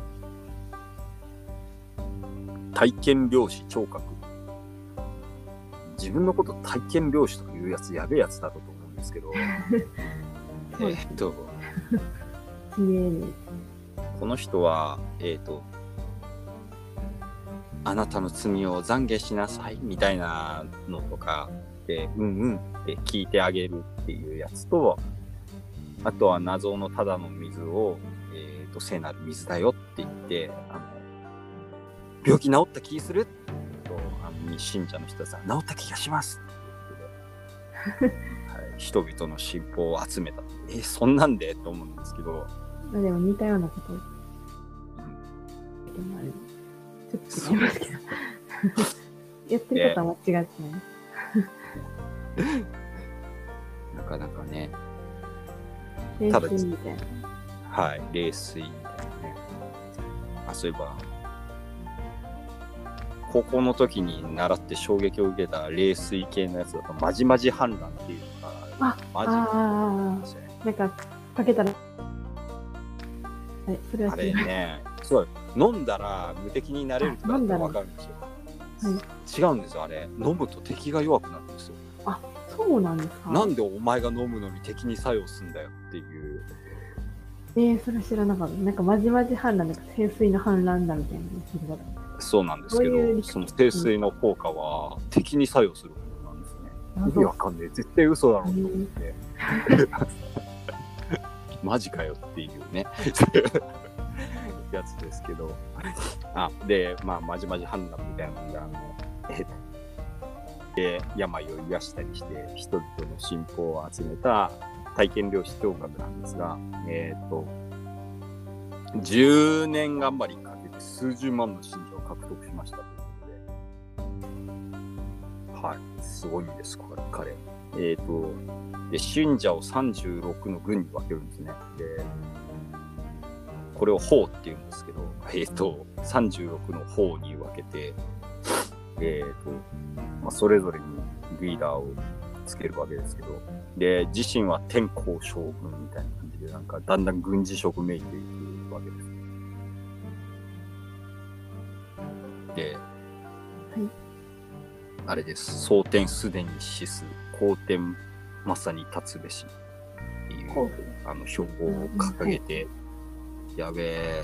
ー、体験量子聴覚。自分のこと体験量子とかいうやつやべえやつだと思うんですけど、えっとこの人はえっとあなたの罪を懺悔しなさいみたいなのとかで、うんうんって聞いてあげるっていうやつと、あとは謎のただの水をえーと、聖なる水だよって言って、あの病気治った気するって言うと、あの信者の人はさ、治った気がしますって言って、はい、人々の信仰を集めた。えー、そんなんでと思うんですけど、 まあでも似たようなことでもある。ちょっと違いますけどやってることは間違ってない。 なかなかね、 冷水みたいな。 はい、冷水みたいなね。あ、そういえば高校の時に習って衝撃を受けた冷水系のやつだとマジマジ氾濫っていうのが、 あ、マジあ、なんかかけたら、あれ、それはあれね、すごい飲んだら無敵になれるとかって分かるんですよ。はい、違うんですよ、あれ飲むと敵が弱くなるんですよ。 あ、そうなんですか。 なんでお前が飲むのに敵に作用すんだよっていう。 えー、それ知らなかった。なんかまじまじ氾濫、なんか清水の氾濫だみたいなの聞いたこと。 そうなんですけど、ううその清水の効果は敵に作用するものなんですね。意味わかんねえ、絶対嘘だろうと思って、えー、マジかよっていうねやつですけど、あ、で、まあまじまじ氾濫みたいなのが、あの、えー、で病を癒したりして人々の信仰を集めた体験量子教学なんですが、えっとじゅうねん頑張りかけて数十万の信者を獲得しましたということで、はい、すごいんです、これ、彼。えっと、で、信者をさんじゅうろくの軍に分けるんですね。で、これを法って言うんですけど、えっと、さんじゅうろくの法に分けて、えっと、まあ、それぞれにリーダーをつけるわけですけど、で、自身は天功将軍みたいな感じで、なんかだんだん軍事職めいていくわけです。で、はい、あれです。蒼天すでに死す、後天まさに立つべしっていう、あの、標語を掲げて、はい、やべえ。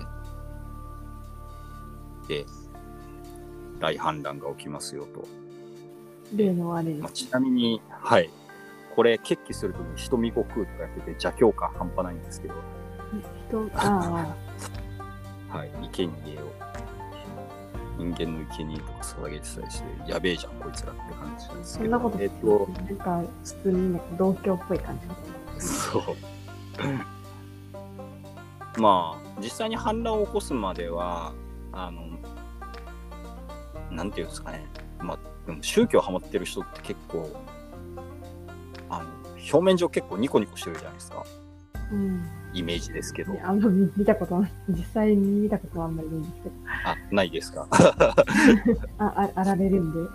で、大反乱が起きますよと。 例のあれです、 まあ、ちなみに、はい。これ、決起するときに人見悟空とかやってて、邪教感半端ないんですけど。 人、ああ。はい。生贄を。人間の生贄とか捧げてたりして、やべえじゃん、こいつらって感じなんですけど。 そんなこと、えっと、なんか、普通になんか同郷っぽい感じ。 そう。まあ、実際に反乱を起こすまでは、あの、なんていうんですかね。まあ、でも宗教ハマってる人って結構、あの、表面上結構ニコニコしてるじゃないですか。うん、イメージですけど。 あんま見たことない。実際に見たことはあんまりないんですけど。 あ、ないですか。 あ、あ、あられるんで。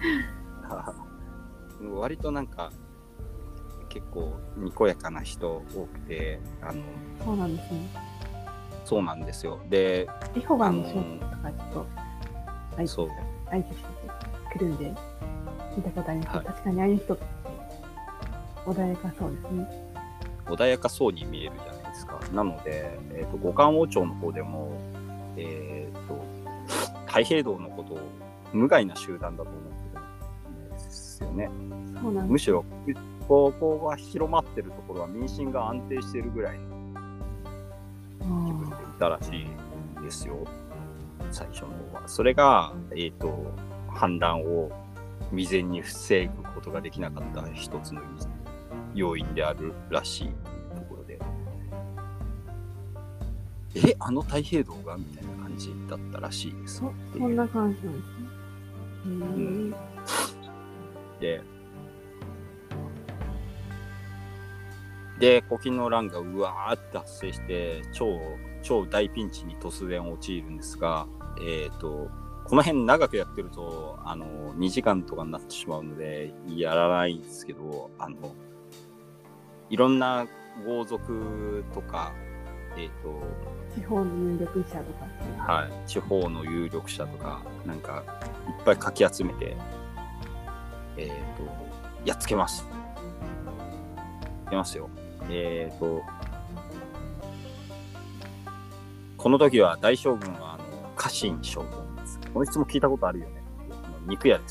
割となんか、結構にこやかな人多くて、あの、 そうなんですね。 そうなんですよ。で、 エホバの証拠とかちょっと、 あのそう相手してくるんで、見たことありますけど、はい、確かにああいう人って穏やかそうですね。 穏やかそうに見えるじゃないですか。なので、えーと、五冠王朝の方でも、えーと、太平道のことを無害な集団だと思ってるんですよね。 そうなんです。 むしろ、ここが広まってるところは民心が安定しているぐらいの気分でいたらしいですよ。最初の方は。それが、えーと、反乱を未然に防ぐことができなかった一つの要因であるらしいところで、え、あの太平道がみたいな感じだったらしいです。 そ, そんな感じなんですね。うん、 で、で、古今の乱がうわーって発生して超超大ピンチに突然陥るんですが、えっとこの辺長くやってるとあのにじかんとかになってしまうのでやらないんですけど、あのいろんな豪族とか、えっと地方の有力者とか、 はい、地方の有力者とかなんかいっぱいかき集めて、えっとやっつけます。やっつけますよ。えっとこの時は大将軍はあの家臣将軍です。この質問聞いたことあるよね。肉屋です。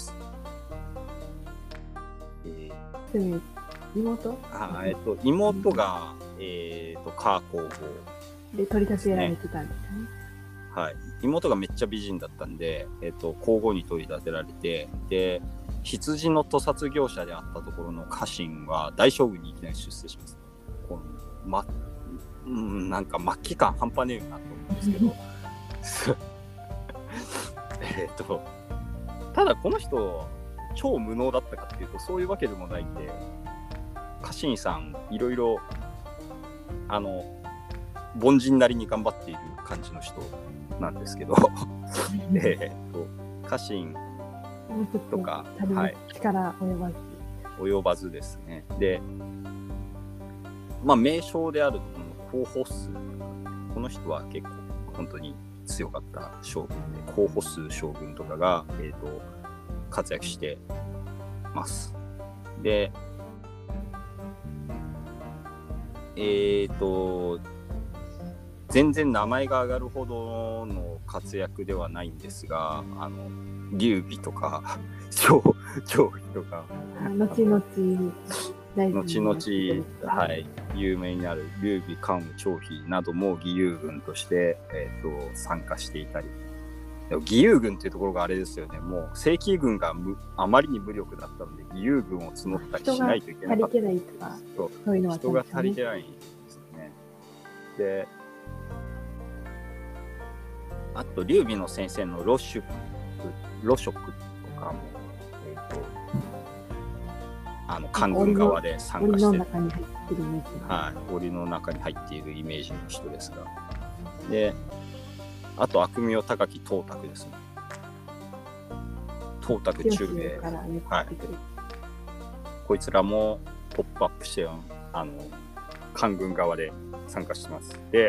えー、妹？ あ、えっと妹がえっとカー皇后で、取り立てられてたんですかね。 はい。妹がめっちゃ美人だったんで、えっと、交互に取り立てられて、で、羊の屠殺業者であったところの家臣は大将軍にいきなり出世します。このま、うん、なんか末期感半端ねえよなと思うんですけど。えっと、ただこの人、超無能だったかっていうと、そういうわけでもないんで、家臣さん、いろいろ、あの、凡人なりに頑張っている感じの人なんですけど、えっと、家臣とか、はい、 力及ばず。 及ばずですね。で、まあ、名将である候補数、この人は結構本当に強かった将軍で、候補数将軍とかが、えーと、活躍してます。で、えーと、全然名前が上がるほどの活躍ではないんですが、あの、劉備とか、張飛とか、 後々、 後々、はい、有名になる劉備、関羽、張飛なども義勇軍として、えーと、参加していたり、でも義勇軍っていうところがあれですよね、もう正規軍がむあまりに無力だったので、義勇軍を募ったりしないといけなかった。 人が足りてないとか、 そうそういうのは、 ね、人が足りてないんですよね。で、あと、劉備の先生のロシュク、ロショクとかも、えっ、ー、と、あの、官軍側で参加してる。 檻の中に入ってるイメージ。 はい。檻の中に入っているイメージの人ですが。で、あと、悪名高き董卓ですね。董卓中兵。はい。こいつらもポップアップして、あの、官軍側で参加してます。で、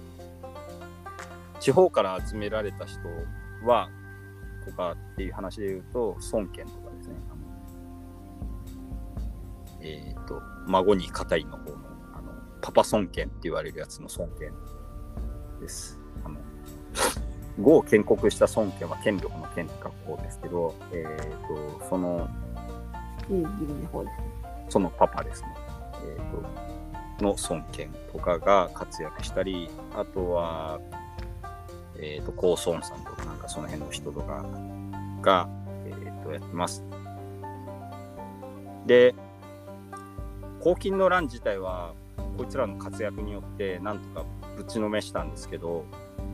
地方から集められた人は、とかっていう話で言うと、孫権とかですね。あのえっ、ー、と、孫に堅いの方の、あの、パパ孫権って言われるやつの孫権です。あの、呉を建国した孫権は権力の権って書く方ですけど、えっ、ー、と、その、そのパパですね。えっ、ー、と、の孫権とかが活躍したり、あとは、えっ、ー、と、公孫さんとかなんかその辺の人とかが、えっ、ー、と、やってます。で、黄巾の乱自体は、こいつらの活躍によって、なんとかぶちのめしたんですけど、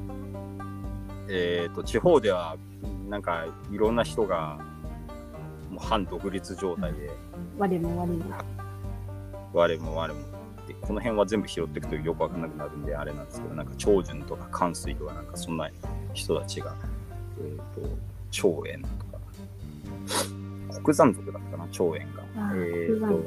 えっ、ー、と、地方では、なんか、いろんな人が、もう反独立状態で、 我も我も。 我も我も。でこの辺は全部拾っていくとよくわかんなくなるんであれなんですけど、なんか長順とか関水とかなんかそんな人たちが、えっ、ー、と長円とか国山族だったかな、長円が、えっ、ー、と、はい、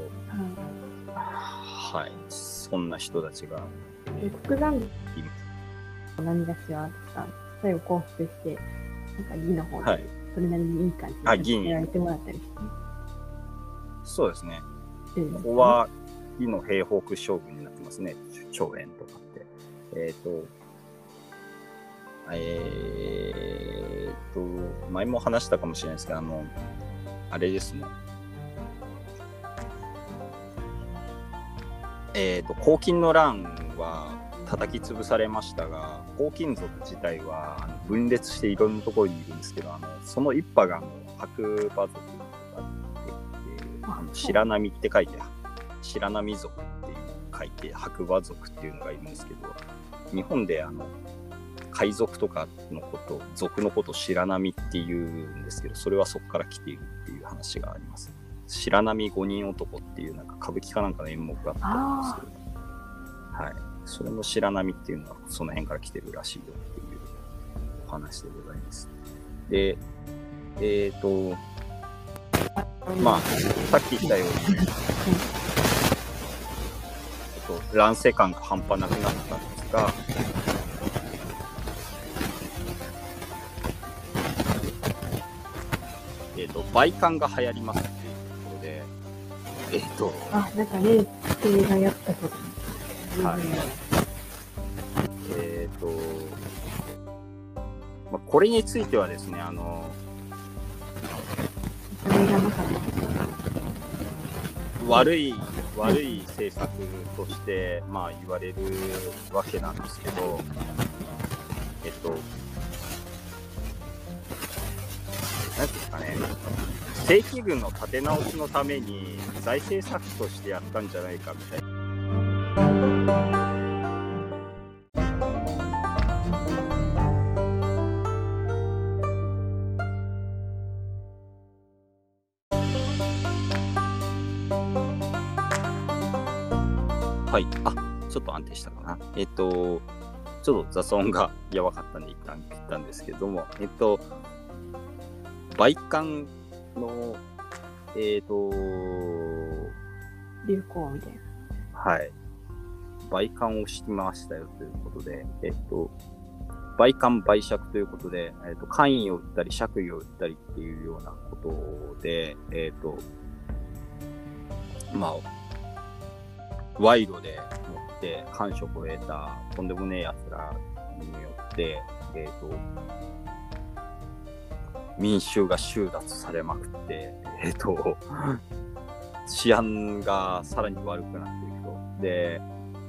はい、そんな人たちが、 えー、国山族何がしはした最後降伏してなんか義の方でそれなりにいい感じでやられてもらったりして、はい、 そうですね。ここは義の平北将軍になってますね、長円とかって。えっ、ー、と、えっ、ー、と、前も話したかもしれないですけど、あの、あれですね。えっ、ー、と、黄巾の乱は叩き潰されましたが、黄巾族自体は分裂していろんなところにいるんですけど、あのその一派があの白馬族とかって言って、あの白波って書いて、白波族っていう書いて白馬族っていうのがいるんですけど、日本であの海賊とかのこと族のことを白波っていうんですけど、それはそこから来ているっていう話があります。白波五人男っていうなんか歌舞伎かなんかの演目があったんですけど、はい、それの白波っていうのはその辺から来てるらしいよっていうお話でございます。で、えっ、ー、とまあさっき言ったように、えっと、乱世感が半端なくなったんですが、えっ、ー、と売漢が流行りますっていうところで、えっ、ー、とあ、なんかね、映画やったこと。 はい。えっ、ー、と、まあ、これについてはですね、あの、悪い、 悪い政策としてまあ言われるわけなんですけど、えっとなんていうんですかね、正規軍の立て直しのために財政策としてやったんじゃないかみたいな。はい、あ、ちょっと安定したかな。えっと、ちょっと雑音がやばかったんで一旦切ったんですけども、えっと、売還の、えっと、 流行みたいな。 はい、売還をしましたよということで、えっと、売還売借ということで、えっと、官位を売ったり、爵位を売ったりっていうようなことで、えっと、まあ、賄賂でもって官職を得たとんでもねえ奴らによって、えっと、民衆が収奪されまくって、えっと、治安がさらに悪くなっていくと。で、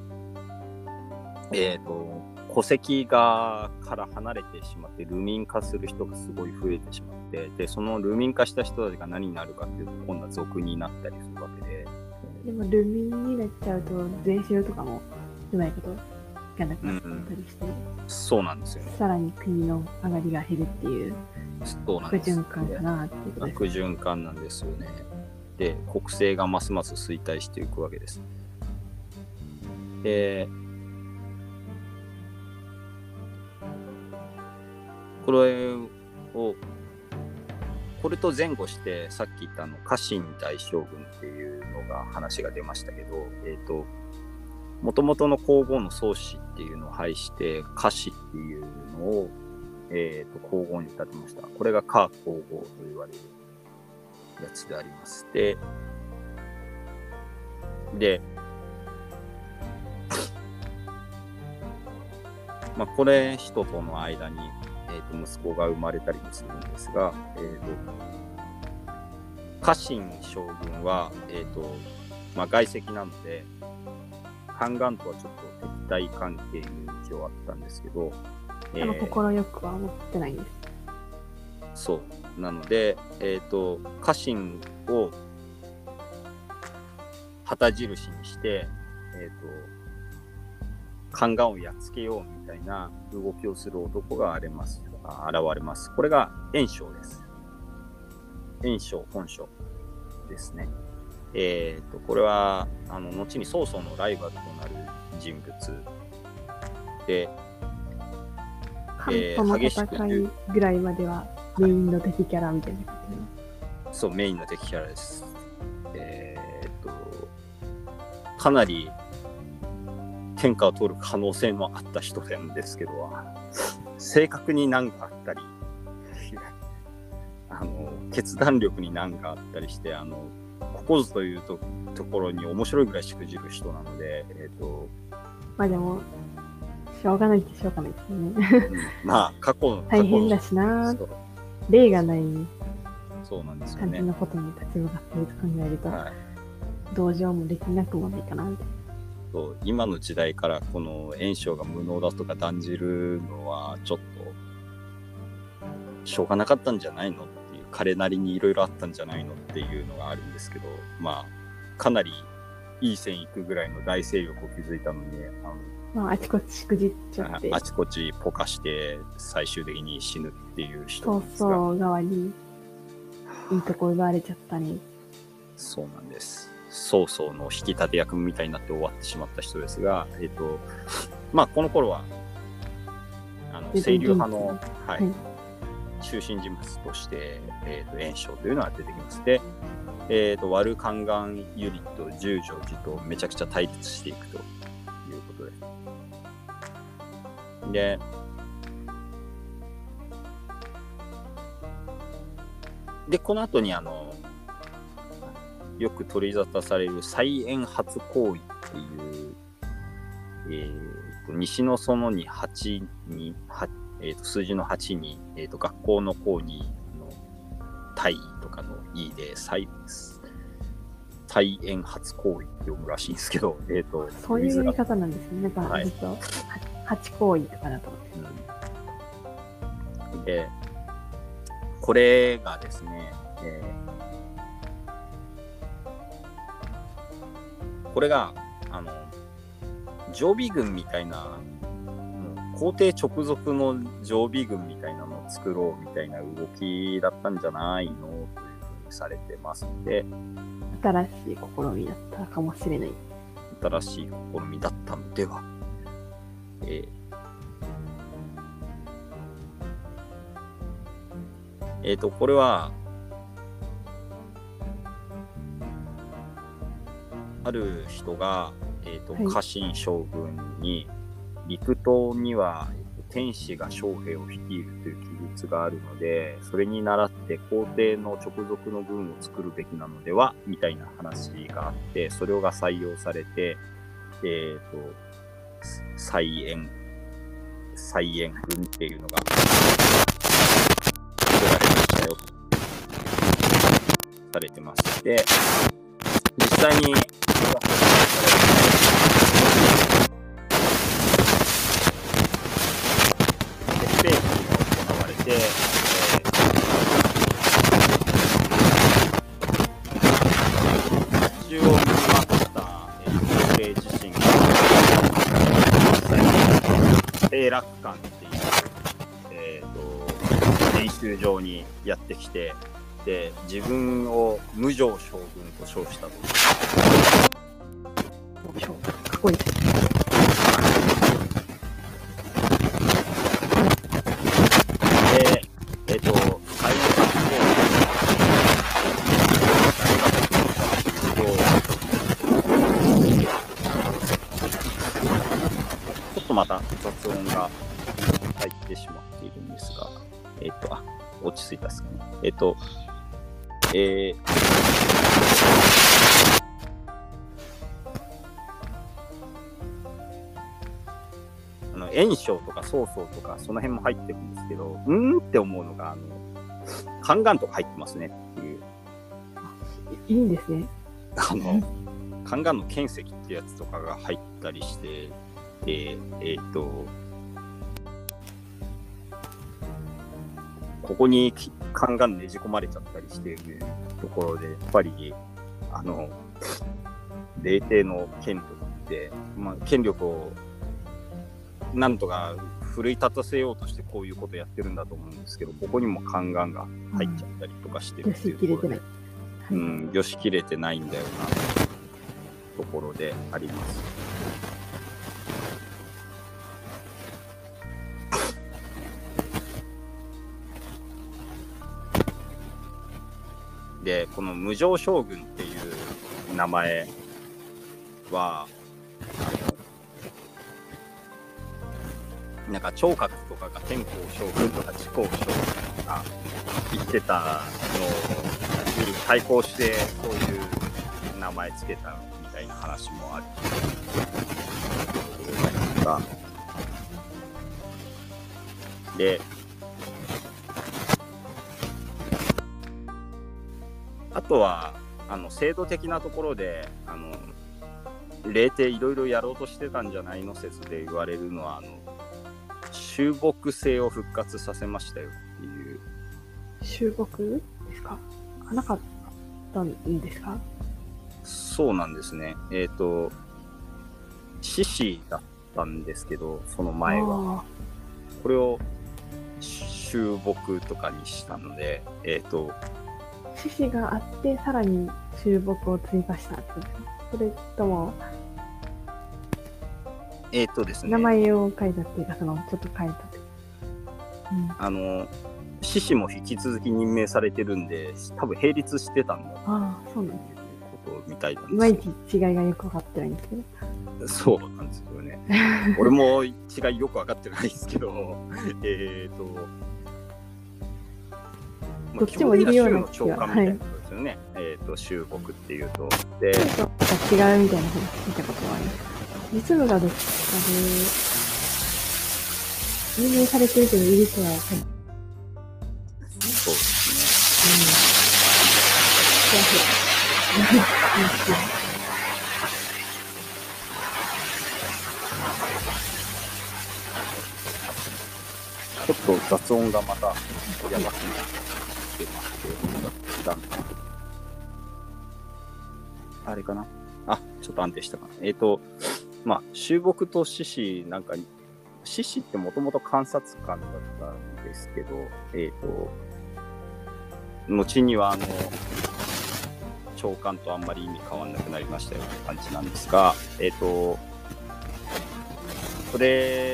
えっと、戸籍がから離れてしまって、流民化する人がすごい増えてしまって、で、その流民化した人たちが何になるかっていうと、今度は族になったりするわけで、 でも、ルミンになっちゃうと、税収とかもうまいことがなくなったりして、うんうん、 そうなんですよね。 さらに国の上がりが減るっていう悪循環かなっていうことです。 悪循環なんですよね。で、国政がますます衰退していくわけです。で、これをこれと前後してさっき言ったあの家臣大将軍っていうのが話が出ましたけど、えっと元々の皇后の宗子っていうのを廃して家臣っていうのを、えー、と皇后に立てました。これが夏皇后と言われるやつであります。で、で、まあこれ人との間にえー、と息子が生まれたりもするんですが、えー、と家臣将軍は、えーとまあ、外戚なので宦官とはちょっと敵対関係に一応あったんですけど、 えー、心よくは思ってないんです。 そうなので、えー、と家臣を旗印にして、えー、と宦官をやっつけようみたいな動きをする男が現れます。現れます。これが袁紹です。袁紹本書ですね。えっと、これは、あの、後に曹操のライバルとなる人物で、 関東の戦いぐらいまではメインの敵キャラみたいな感じの。 そう、メインの敵キャラです。えっと、かなり、天下を取る可能性もあった人なんですけど、正確に何かあったりあの決断力に何かあったりして、あのここぞという と, ところに面白いぐらいしくじる人なので、えっ、ー、とまあでもしょうがないってしょうがないですね、 うん、まあ過去の大変だしな、例がないそうなんですよね感じのことに立ち向かっていると考えると、はい、同情もできなくもないかなみたいな。 そう今の時代からこの袁紹が無能だとか断じるのはちょっとしょうがなかったんじゃないのっていう、彼なりにいろいろあったんじゃないのっていうのがあるんですけど、まあかなりいい線いくぐらいの大勢力を築いたのに、 あの、まあ、あちこちしくじっちゃって、 あちこちポカして最終的に死ぬっていう人なんですが、 そうそう側にいいとこ奪われちゃったね。 そうなんです。曹操の引き立て役みたいになって終わってしまった人ですが、えっとまあこの頃はあの清流派の、はい、はい、中心人物として、えー、と袁紹というのが出てきます。で、えー、とワル宦官ユリと十条寺とめちゃくちゃ対立していくということです。で、でこの後にあのよく取り沙汰される菜園初行為っていう、えー、と西の園にはちに、えー、と数字のはちに、えー、と学校の校にの大とかのいで菜再演初行為って読むらしいんですけど、えっと、 そういう読み方なんですね。なんか、 はいずっと、は八行為とかだと思って。 うん、で、これがですね、えー、これが、あの、常備軍みたいな、皇帝直属の常備軍みたいなのを作ろうみたいな動きだったんじゃないのというふうにされてますので、 新しい試みだったかもしれない。 新しい試みだったのでは。えー、えーと、これは、ある人が、えーと、 はい家臣将軍に、陸東には天使が将兵を率いるという記述があるので、それに倣って皇帝の直属の軍を作るべきなのではみたいな話があって、それが採用されて、えっと、再演、再演軍っていうのが作られましたよ、されてます。で、実際に、スペースが行われて、えー、地中を見ました、えー、皇帝自身が実際に兵楽館っていう、えーと、練習場にやってきて、で自分を無常将軍と称したと。 かっこいいです。 で、えっ、ー、と、最後のちょっとまた雑音が入ってしまっているんですが、えっ、ー、と、あ、落ち着いたですかね。えっ、ー、と、えー、あの炎章とか曹操とかその辺も入ってるんですけど、うーんって思うのが、あの、宦官とか入ってますねっていう。 いいんですね。 あの、宦官の剣石ってやつとかが入ったりして、で、えっ、ー、と、ここに宦官ねじ込まれちゃったりしているところで、やっぱり、あの、霊帝の権力って、まあ、権力をなんとか奮い立たせようとしてこういうことやってるんだと思うんですけど、ここにも宦官が入っちゃったりとかしてるっていうところで、うん、よしきれてないんだよな、ところであります。で、この無常将軍っていう名前は、なんか聴覚とかが天功将軍とか地功将軍とか言ってたのに対抗してそういう名前つけたみたいな話もあるが、で、あとはあの制度的なところで、あの霊帝いろいろやろうとしてたんじゃないの説で言われるのは、あの衆牧制を復活させましたよっていう。 衆牧ですか？なかったんですか？ そうなんですね。えっ、ー、と獅子だったんですけど、その前はこれを衆牧とかにしたので、えっ、ー、と獅子があってさらに衆牧を追加したってことですか？それともえっ、ー、とですね、 名前を変えたっていうか、そのちょっと変えたって、 うん、あの獅子も引き続き任命されてるんで、多分並立してたんだということみたいなんですよ。 いまいち違いがよく分かってないんですけど。そうなんですよね。俺も違いよく分かってないですけど、えっと、 どっちもいるような気が、はい、ですよね。えっ、ー、と衆牧っていうと、で、 違うみたいな話聞いたことがあります。実務がどっちかで任命されてるけどいる人は分かる。 そうですね。 うん。 ちょっと雑音がまたやばくなってまして、だんだんあれかなあ、ちょっと安定したかな。えっ、ー、と、まあ、秀木と獅子、なんか、獅子ってもともと監察官だったんですけど、えっ、ー、と、後には、あの、長官とあんまり意味変わんなくなりましたような感じなんですが、えっ、ー、と、それ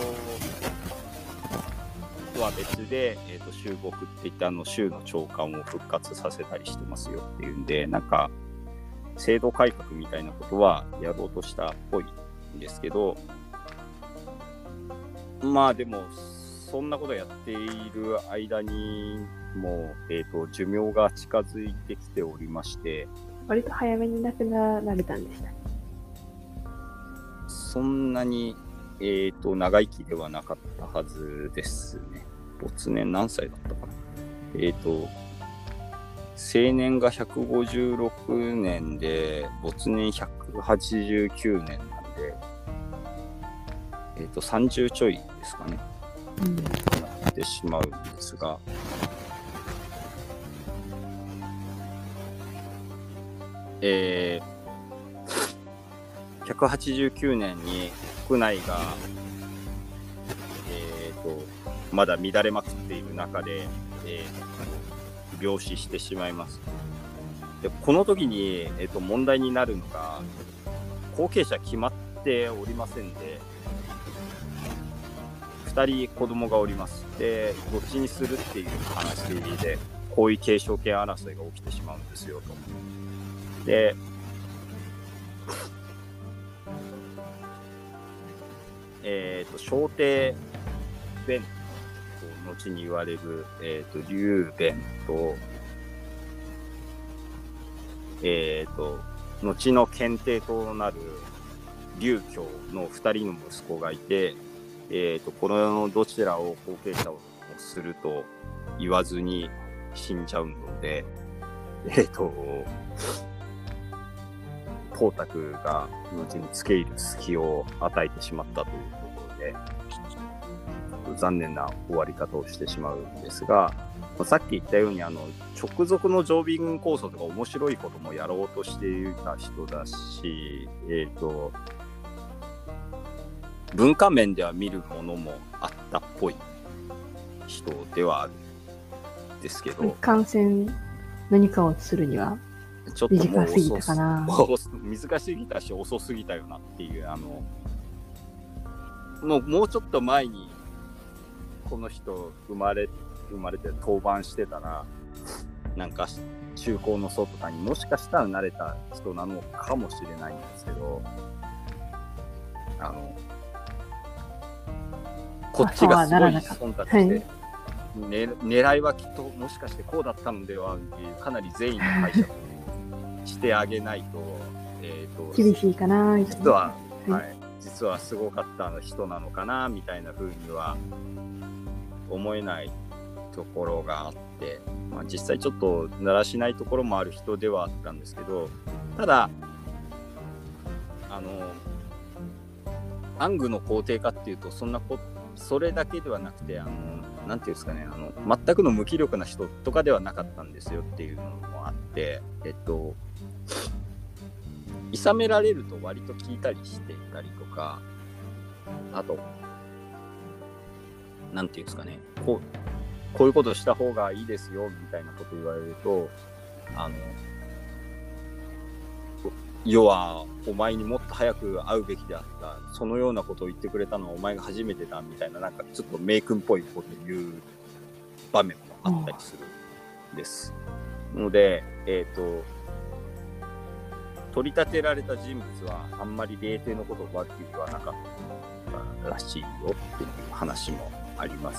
とは別で、えっ、ー、と、秀木って言ってあの、州の長官を復活させたりしてますよっていうんで、なんか、制度改革みたいなことはやろうとしたっぽいんですけど、まあでもそんなことやっている間にもう、えーと、寿命が近づいてきておりまして、 割と早めに亡くなられたんでしたね。 そんなに、えーと、長生きではなかったはずですね。没年何歳だったかな。えーと生年がひゃくごじゅうろくねんで、没年ひゃくはちじゅうきゅうねんなんで、えっと、さんじゅうちょいですかね。うん。なってしまうんですが、えー、ひゃくはちじゅうきゅうねんに国内が、えっと、まだ乱れまくっている中で、えー病死してしまいます。でこの時に、えー、と問題になるのが後継者決まっておりませんで、ふたり子供がおります。でどっちにするっていう話で皇位継承権争いが起きてしまうんですよと。でえっ、ー、と小帝弁後に言われる、えっ、ー、と、劉弁と、えっ、ー、と、後の検定となる劉強の二人の息子がいて、えっ、ー、と、このどちらを後継者をすると言わずに死んじゃうので、えっ、と、董卓が後に付け入る隙を与えてしまったというところで、残念な終わり方をしてしまうんですが、さっき言ったようにあの直属の常備軍構想とか面白いこともやろうとしていた人だし、えーと、文化面では見るものもあったっぽい人ではあるんですけど、 感染何かをするにはちょっともう短すぎたかな。 難しすぎたし遅すぎたよなっていう、あのもうもうちょっと前にこの人生まれ生まれて登板してたら、なんか中高の層とかにもしかしたら慣れた人なのかもしれないんですけど、あのこっちがすごい忖度して、はい、ね、狙いはきっともしかしてこうだったのではっていうかなり善意の解釈をしてあげないと、えーと厳しいかな。 実は、はい、実はすごかった人なのかなみたいな風には思えないところがあって、まあ、実際ちょっとだらしないところもある人ではあったんですけど、ただあの暗愚の肯定かっていうとそんなこそれだけではなくて、あのなんていうんですかね、あの全くの無気力な人とかではなかったんですよっていうのもあって、えっと諌められると割と聞いたりしていたりとか、あとなんていうんですかね、こう、こういうことした方がいいですよみたいなこと言われると、あの要はお前にもっと早く会うべきであった、そのようなことを言ってくれたのはお前が初めてだみたいな、なんかちょっと名君っぽいことを言う場面もあったりするんです。ので、えっと取り立てられた人物はあんまり霊帝のことを悪く言わなかったらしいよっていう話もあります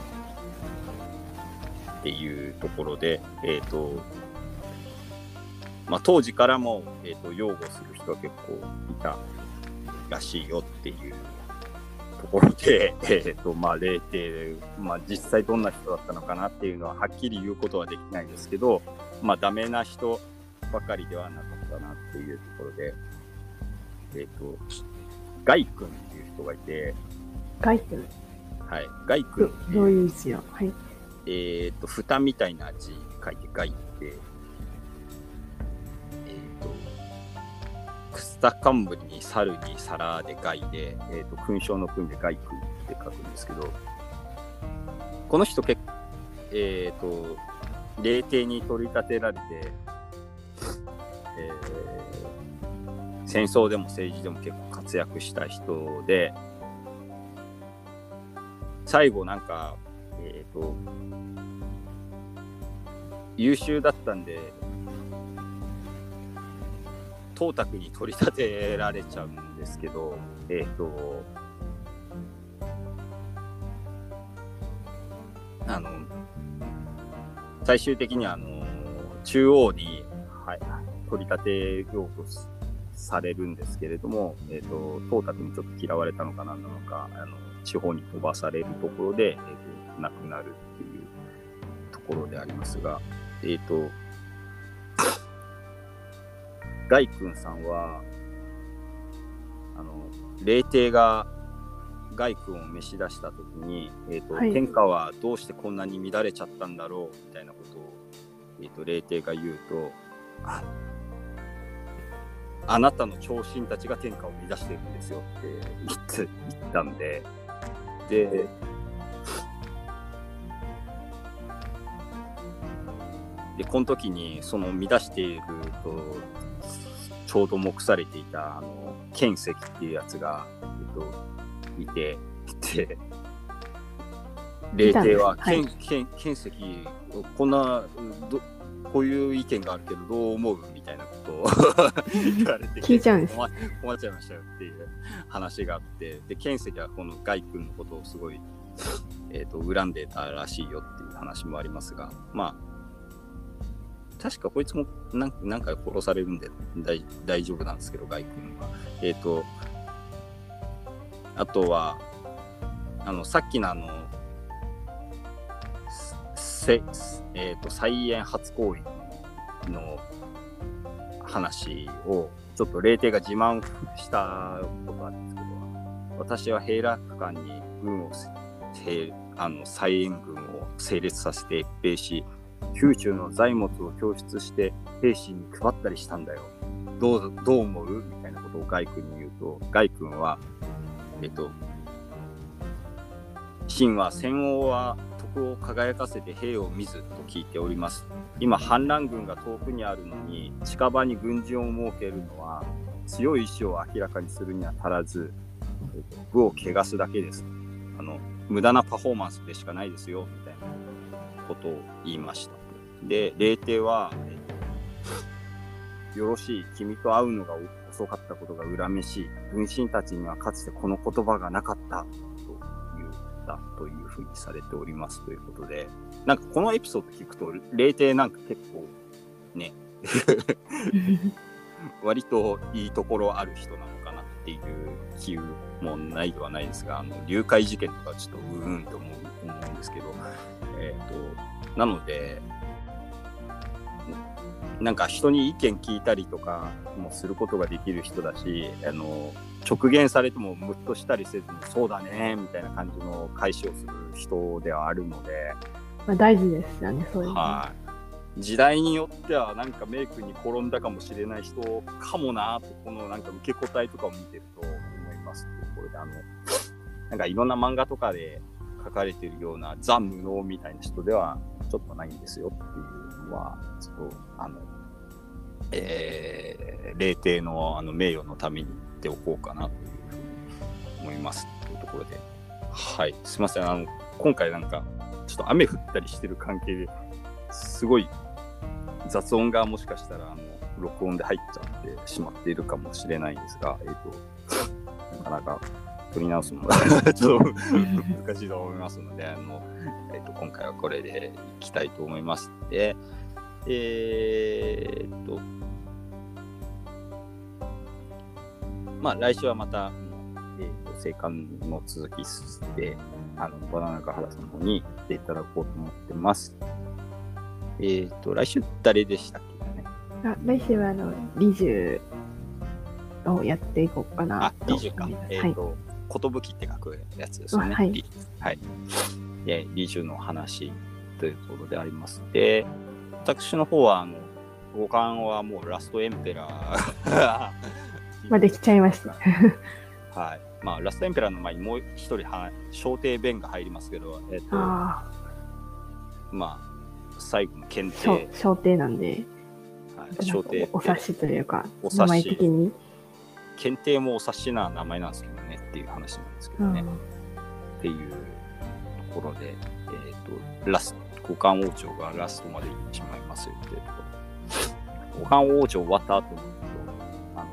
っていうところで、えっとまあ、当時からも、えーと、擁護する人は結構いたらしいよっていうところで、えーとまあ、霊帝、まあ、実際どんな人だったのかなっていうのははっきり言うことはできないですけど、まあ、ダメな人ばかりではなかったなというところで、えっ、ー、と、ガイ君っていう人がいて、 ガイ君はい、ガイ君っていう。 どういう字よ。はい。 えっ、ー、と、蓋みたいな字書いてガイって、えっ、ー、と、草冠に猿に皿でガイで、えっ、ー、と、勲章の勲でガイ君って書くんですけど、この人結構、えっ、ー、と、霊帝に取り立てられて、えー、戦争でも政治でも結構活躍した人で、最後なんか、えっ、ー、と、優秀だったんで、董卓に取り立てられちゃうんですけど、えっ、ー、と、あの、最終的にあの、中央に、はい、取り立てようとされるんですけれども、えっ、ー、と、董卓にちょっと嫌われたのか何なのか、あの、地方に飛ばされるところで、えーと、亡くなるっていうところでありますが、えっ、ー、と、ガイ君さんは、あの、霊帝がガイ君を召し出したときに、えっ、ー、と、はい、天下はどうしてこんなに乱れちゃったんだろうみたいなことを、えっ、ー、と、霊帝が言うと、あ、あなたの長身たちが天下を乱してるんですよって言って、言ったんで、で、で、この時にその乱しているとちょうど目されていたあの剣石っていうやつが、えっと、いて、で、霊帝は剣、はい、剣、剣石こんなどこういう意見があるけどどう思うみたいなことを言われて聞いちゃうんです。 困っちゃいましたよっていう話があって、で剣石はこのガイ君のことをすごい、えー、と恨んでたらしいよっていう話もありますが、まあ確かこいつも何, 何回殺されるんで 大, 大丈夫なんですけど、ガイ君は。えっ、ー、とあとはあのさっきのあのせえー、と菜園初公演の話をちょっと霊帝が自慢したことあるんですけど、私は平楽館に軍をあの菜園軍を整列させて兵し、宮中の財物を供出して兵士に配ったりしたんだよ。どうどう思うみたいなことをガイ君に言うと、ガイ君はえっと秦は戦王は徳を輝かせて兵を見ずと聞いております。今反乱軍が遠くにあるのに近場に軍人を設けるのは強い意志を明らかにするには足らず、部を汚すだけです。あの無駄なパフォーマンスでしかないですよみたいなことを言いました。で、霊帝は、えー、よろしい、君と会うのが遅かったことが恨めしい。軍神たちにはかつてこの言葉がなかったと言ったというふうにされておりますということで、なんかこのエピソード聞くと霊帝なんか結構ね割といいところある人なのかなっていう気もないではないですが、あの誘拐事件とかちょっとうーんと思う、思うんですけど、えっとなのでなんか人に意見聞いたりとかもすることができる人だし、あの直言されてもムッとしたりせずにそうだねみたいな感じの返しをする人ではあるので、 まあ、大事ですよね、そういうの。 はい、時代によってはなんかメイクに転んだかもしれない人かもなと、このなんか受け答えとかを見てると思いますっていうところで、あのなんかいろんな漫画とかで書かれているようなザ・無能みたいな人ではちょっとないんですよっていうのはちょっとあの、えー、霊帝のあの名誉のために言っておこうかなというふうに思いますというところで、はい、すいません、あの今回なんかちょっと雨降ったりしてる関係ですごい雑音がもしかしたらあの録音で入っちゃってしまっているかもしれないんですが、えーと、なかなか取り直すのがちょっと難しいと思いますので、あの、えーと、今回はこれでいきたいと思います。で、えーと、まあ来週はまた、えーと、生還の続きで、あの、バナナカハラさんの方に行っていただこうと思ってます。えーと、来週誰でしたっけね。 あ、来週はあの、リジュをやっていこうかなあ、 とリジュか。 思います。 えっ、ー、と、寿、はい、って書くやつですよね。 はい。 リはい。で、リジュの話というところであります。で、私の方は、あの、五感はもうラストエンペラーまあ、できちゃいました。 はい。まあ、ラストエンペラーの前にもう一人は、小帝弁が入りますけど、えっ、ー、と、あまあ、最後の検定。 小帝なんで、 はい、小帝お察しというか、 お察し名前的に。 検定もお察しな名前なんですけどねっていう話なんですけどね。うん、っていうところで、えっ、ー、と、ラスト、五冠王朝がラストまで行ってしまいますよっていうところ。五冠王朝終わった後に、あの、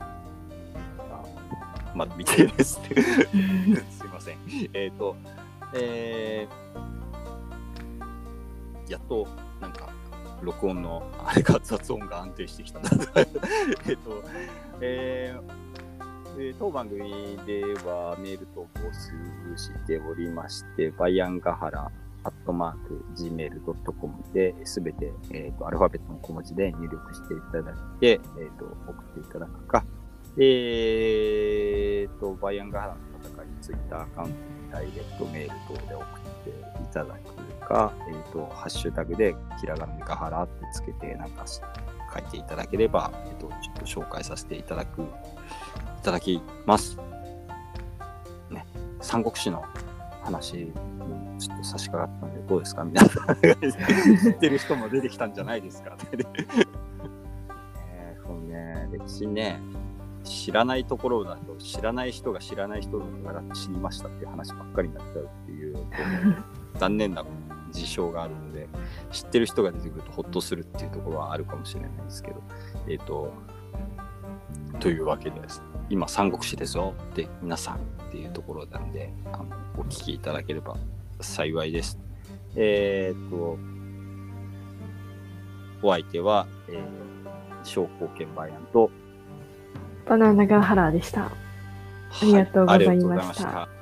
あまだ見てですね。すいません。えっ、ー、と、えー、やっと、なんか、録音の、あれが雑音が安定してきたんだ。えっと、えー、当番組ではメール投稿するしておりまして、バイアンガハラアットマーク ジーメールドットコム で、すべて、えーと、アルファベットの小文字で入力していただいて、えーと、送っていただくか、えーと、バイアンガハラの戦いツイッターアカウントにダイレクトメール等で送っていただくか、えーと、ハッシュタグでひらがなガハラってつけて、なんか書いていただければ、えーと、ちょっと紹介させていただく、いただきます。ね、三国志の話にちょっと差し掛かったので、どうですか皆さん。知ってる人も出てきたんじゃないですか。えー、そうね、歴史ね、知らないところだと、知らない人が知らない人だから知りましたっていう話ばっかりになっちゃうっていう、残念な事象があるので、知ってる人が出てくるとホッとするっていうところはあるかもしれないですけど、えっと、というわけでです、今三国志ですよって皆さんっていうところなんで、あのお聞きいただければ幸いです。えー、っとお相手は、えー、小貢献バイアンとバナナガハラでした。ありがとうございました。